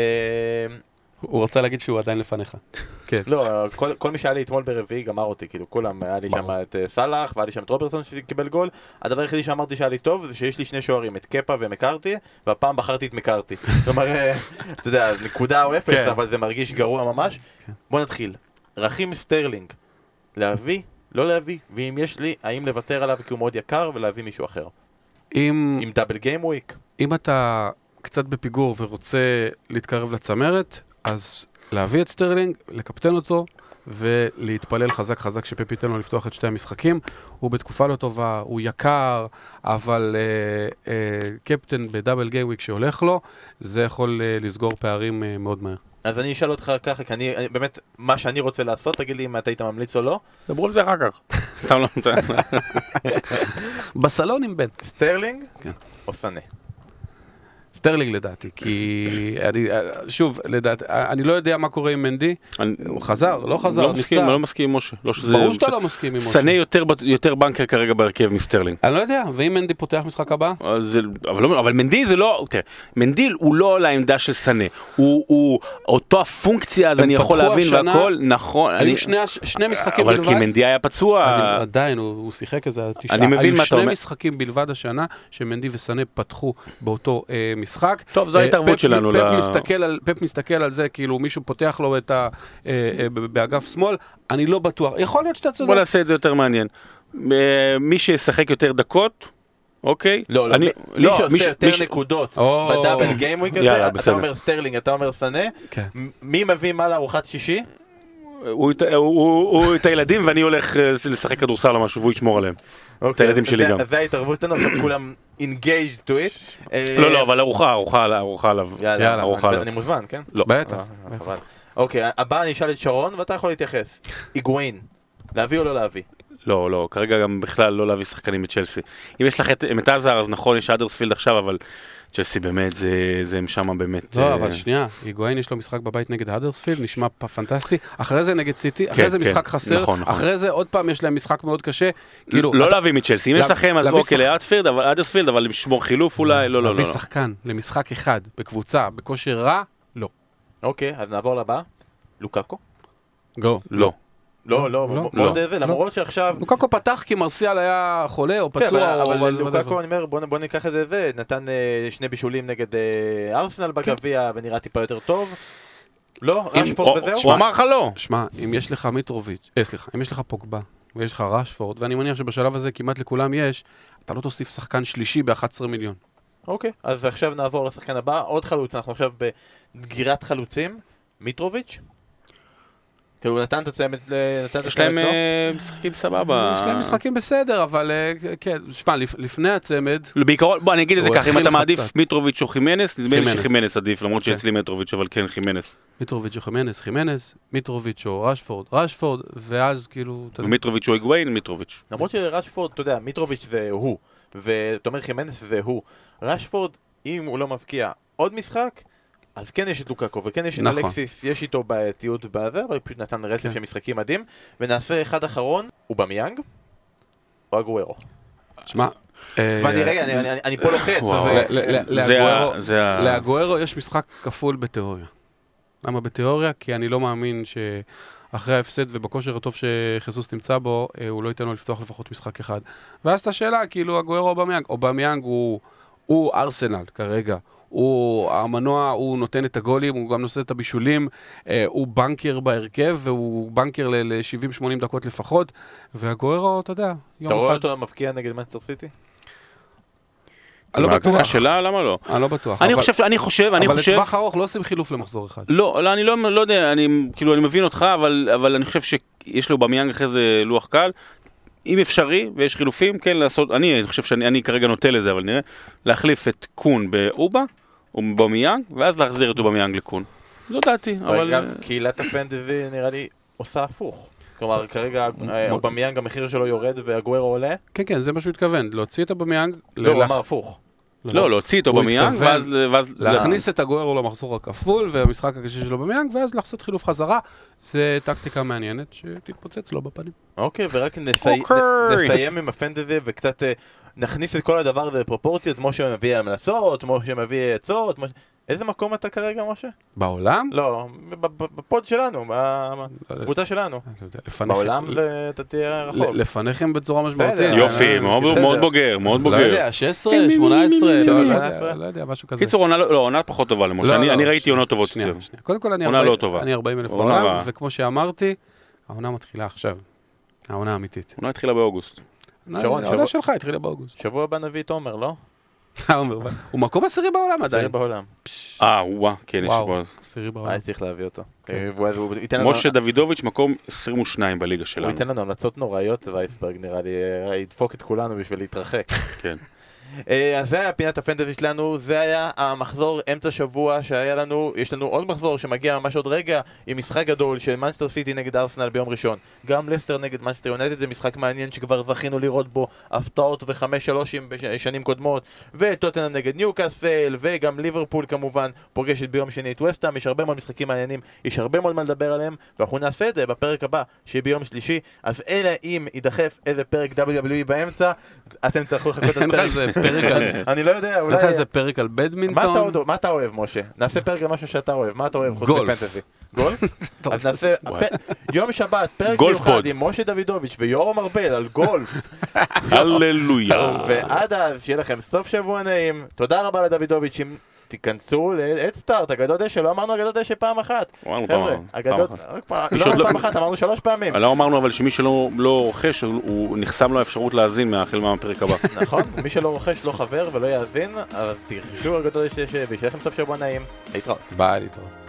הוא רוצה להגיד שהוא עדיין לפניך. כן. לא, כל מי שהיה לי אתמול ברביעי גמר אותי, כאילו כולם, היה לי שם את סלאח, והיה לי שם את רוברטסון שקיבל גול. הדבר היחידי שאמרתי שהיה לי טוב, זה שיש לי שני שוערים, את קפה ומקארתי, והפעם בחרתי את מקארתי. זאת אומרת, אתה יודע, נקודה או אפס, אבל זה מרגיש גרוע ממש. בוא נתחיל. רכים סטרלינג, להביא, לא להביא, ואם יש לי, האם לוותר עליו כי הוא מאוד יקר ולהביא מישהו אחר? אם... עם דאבל גיים וויק? אם אתה קצת בפיגור ורוצה להתקרב לצמרת, אז להביא את סטרלינג, לקפטן אותו, ולהתפלל חזק חזק שפפ ייתן לו לפתוח את שתי המשחקים. הוא בתקופה לא טובה, הוא יקר, אבל אה, אה, קפטן בדאבל גיימוויק שהולך לו, זה יכול אה, לסגור פערים אה, מאוד מהר. אז אני אשאל אותך ככה, כי אני, אני, באמת, מה שאני רוצה לעשות, תגיד לי אם אתה היית ממליץ או לא. דברו על זה אחר כך. סתם לא נותן. בסלון עם בן. סטרלינג כן. או סנה? סטרלינג לדעתי, כי אני, שוב, לדעתי, אני לא יודע מה קורה עם מנדי, הוא חזר, לא חזר, לא מסכים, אני לא מסכים עם משה. ברור שאתה לא מסכים עם משה. סנה יותר בנקר כרגע בהרכב מסטרלינג. אני לא יודע, ואם מנדי פותח משחק הבא? אבל מנדי זה לא, תראה, מנדי הוא לא על העמדה של סנה, הוא אותו הפונקציה, אז אני יכול להבין והכל, נכון. היו שני משחקים בלבד. אבל כי מנדי היה פצוע. עדיין, הוא שיחק איזה תשעה. אני מבין מה אתה אומר. היו שני משחקים בלבד השנה, שמנדי וסנה פתחו באותו משחק. טוב, זו ההתערבות שלנו. פפ מסתכל על זה, כאילו מישהו פותח לו את ה... באגף שמאל, אני לא בטוח. יכול להיות שאתה צודק. בוא נעשה את זה יותר מעניין. מי שישחק יותר דקות, אוקיי? לא, לא, מי שעושה יותר נקודות בדאבל גיימוויק הזה, אתה אומר סטרלינג, אתה אומר סנה, מי מביא מה לארוחת שישי? הוא את הילדים ואני הולך לשחק כדורסל או משהו והוא ישמור עליהם. את הילדים שלי גם. זה ההתערבות שלנו, כולם engaged to it. לא, לא, אבל ארוחה, ארוחה עליו. יאללה, אני מוזמן, כן? לא. בטח. אוקיי, הבא אני אשאל את שרון ואתה יכול להתייחס. היגואין, להביא או לא להביא? לא, לא, כרגע גם בכלל לא להביא שחקנים בצ'לסי. אם יש לך את עזר, אז נכון, יש אדרספילד עכשיו, אבל צ'לסי באמת, זה שם באמת... לא, אבל שנייה, היגואין יש לו משחק בבית נגד אדרספילד, נשמע פנטסטי, אחרי זה נגד סיטי, אחרי זה משחק חסר, אחרי זה עוד פעם יש להם משחק מאוד קשה, כאילו... לא להביא מצ'לסי, אם יש לכם, אז אוקיי לאדרספילד, אבל לשמור חילוף אולי, לא, לא, לא. להביא שחקן למשחק אחד, בקבוצה, בכושר רע, לא. אוקיי, אז נעבור לבא. לוקאקו? גו. לא. לא, לא, מאוד איזה, למרות שעכשיו... לוקאקו פתח כי מרסיאל היה חולה או פצוע. כן, אבל לוקאקו, אני אומר, בוא ניקח את זה זה, נתן שני בישולים נגד ארסנל בגביע ונראה טיפה יותר טוב. לא, רשפורד וזהו? הוא אמר לך לא. שמע, אם יש לך מיטרוביץ', אה סליחה, אם יש לך פוגבה ויש לך רשפורד, ואני מניח שבשלב הזה כמעט לכולם יש, אתה לא תוסיף שחקן שלישי ב-אחד עשר מיליון. אוקיי, אז עכשיו נעבור לשחקן הבא, עוד חלוץ, אנחנו עכשיו בדגירת חלוצים, מיטרוביץ'. כי הוא נתן את הצמד, נתן את יש להם משחקים סבבה. יש להם משחקים בסדר, אבל כן, שפע, לפני הצמד... בעיקרון, בוא, אני אגיד את זה ככה, אם אתה מעדיף מיטרוביץ' או חימנס, נדמה לי שחימנס עדיף, למרות שאצלי מיטרוביץ', אבל כן, חימנס. מיטרוביץ' או חימנס, חימנס, מיטרוביץ' או רשפורד, רשפורד, ואז כאילו... מיטרוביץ' או היגואין, מיטרוביץ'. למרות שרשפורד, אתה יודע, מיטרוביץ' זה הוא, ואתה אומר חימנס זה הוא. רשפורד, אם הוא לא מבקיע עוד משחק, אז כן יש את לוקאקו, וכן יש את נכון. אלקסיס, יש איתו בעייתיות בעבר, אבל פשוט נתן רצף כן. של משחקים מדהים, ונעשה אחד אחרון, אובמיאנג, או אגוארו. תשמע, ואני רגע, אני, אני, אני פה לוחץ, לאגוארו יש משחק כפול בתיאוריה. למה בתיאוריה? כי אני לא מאמין שאחרי ההפסד ובכושר הטוב שחיסוס נמצא בו, הוא לא ייתן לו לפתוח לפחות משחק אחד. ואז את השאלה, כאילו, אגוארו או אובמיאנג, אובמיאנג הוא, הוא ארסנל כרגע. הוא המנוע, הוא נותן את הגולים, הוא גם נושא את הבישולים, הוא בנקר בהרכב, והוא בנקר ל-שבעים שמונים דקות לפחות, והגוארו, אתה יודע, אתה רואה אותו מבקיע נגד מנצ'סטר סיטי? אני לא בטוח. השאלה, למה לא? אני לא בטוח. אני חושב, אני חושב, אני חושב... אבל לטווח ארוך לא עושים חילוף למחזור אחד. לא, אני לא יודע, אני כאילו, אני מבין אותך, אבל אני חושב שיש לו אובמיאנג אחרי זה לוח קל, אם אפשרי, ויש חילופים, כן, לעשות, אני חושב שאני כרגע נוטה לזה, אבל נראה, להחליף את קון באובה, או באובמיאנג, ואז להחזיר את אובמיאנג לקון. זו דעתי, אבל... אגב, קהילת הפנטזי נראה לי עושה הפוך. כלומר, כרגע אובמיאנג המחיר שלו יורד והגוארו עולה. כן, כן, זה מה שהוא התכוון, להוציא את אובמיאנג... לא, הוא אמר הפוך. לא, להוציא את אובמיאנג, ואז... להכניס את הגוארו למחזור הכפול, והמשחק הקשה של אובמיאנג, ואז לעשות חילוף חזרה. זה טקטיקה מעניינת שתתפוצץ לו בפנים. אוקיי, ורק נסיים עם הפנטזי וקצת נכניס את כל הדבר הזה לפרופורציות, כמו שמביא המלצות, כמו שמביא עצות. איזה מקום אתה כרגע, משה? בעולם? לא, בפוד שלנו, בקבוצה שלנו. בעולם אתה תהיה רחוק. לפניכם בצורה משמעותית. יופי, מאוד בוגר, מאוד בוגר. לא יודע, שש עשרה, שמונה עשרה, לא יודע, משהו כזה. קיצור, עונה פחות טובה למשה, אני ראיתי עונות טובות יותר. קודם כל אני ארבעים אלף בעולם, וכמו שאמרתי, העונה מתחילה עכשיו. העונה האמיתית. העונה התחילה באוגוסט. העונה שלך התחילה באוגוסט. שבוע הבא נביא את עומר, לא? הוא מקום עשירי בעולם עדיין. עשירי בעולם. אה, וואה, כן, יש בו. עשירי בעולם. היה צריך להביא אותו. משה דוידוביץ' מקום עשרים ושניים בליגה שלנו. הוא ייתן לנו המלצות נוראיות, וייסברג נראה לי, ידפוק את כולנו בשביל להתרחק. כן. אז זה היה פינת הפנטזי שלנו, זה היה המחזור אמצע שבוע שהיה לנו, יש לנו עוד מחזור שמגיע ממש עוד רגע עם משחק גדול של מנצ'סטר סיטי נגד ארסנל ביום ראשון, גם לסטר נגד מנצ'סטר יונייטד, זה משחק מעניין שכבר זכינו לראות בו הפתעות וחמש שלושים בשנים קודמות, וטוטנהאם נגד ניוקאסל, וגם ליברפול כמובן פוגשת ביום שני את וסטהאם, יש הרבה מאוד משחקים מעניינים, יש הרבה מאוד מה לדבר עליהם, ואנחנו נעשה את זה בפרק הבא שיהיה ביום שלישי, אז אלא אם ידחף איזה פרק דאבליו דאבליו אי באמצע, אתם תצטרכו לחכות את הפרק. אני לא יודע, אולי... לך איזה פרק על בדמינטון? מה אתה אוהב, משה? נעשה פרק על משהו שאתה אוהב, מה אתה אוהב חוץ מפנטזי? גולף? אז נעשה יום שבת, פרק מיוחד עם משה דוידוביץ' ויורם ארבל על גולף. הללויה. ועד אז, שיהיה לכם סוף שבוע נעים. תודה רבה לדוידוביץ', תיכנסו לאדסטארט, אגדות דשא, לא אמרנו אגדות דשא פעם אחת. חבר'ה, אגדות, לא פעם אחת, אמרנו שלוש פעמים. לא אמרנו, אבל שמי שלא רוכש, הוא נחסם לו האפשרות להאזין מהחל מהפרק הבא. נכון, מי שלא רוכש לא חבר ולא יאזין, אז תרכשו אגדות דשא, ושיהיה לכם סוף שבוע נעים. להתראות. ביי, להתראות.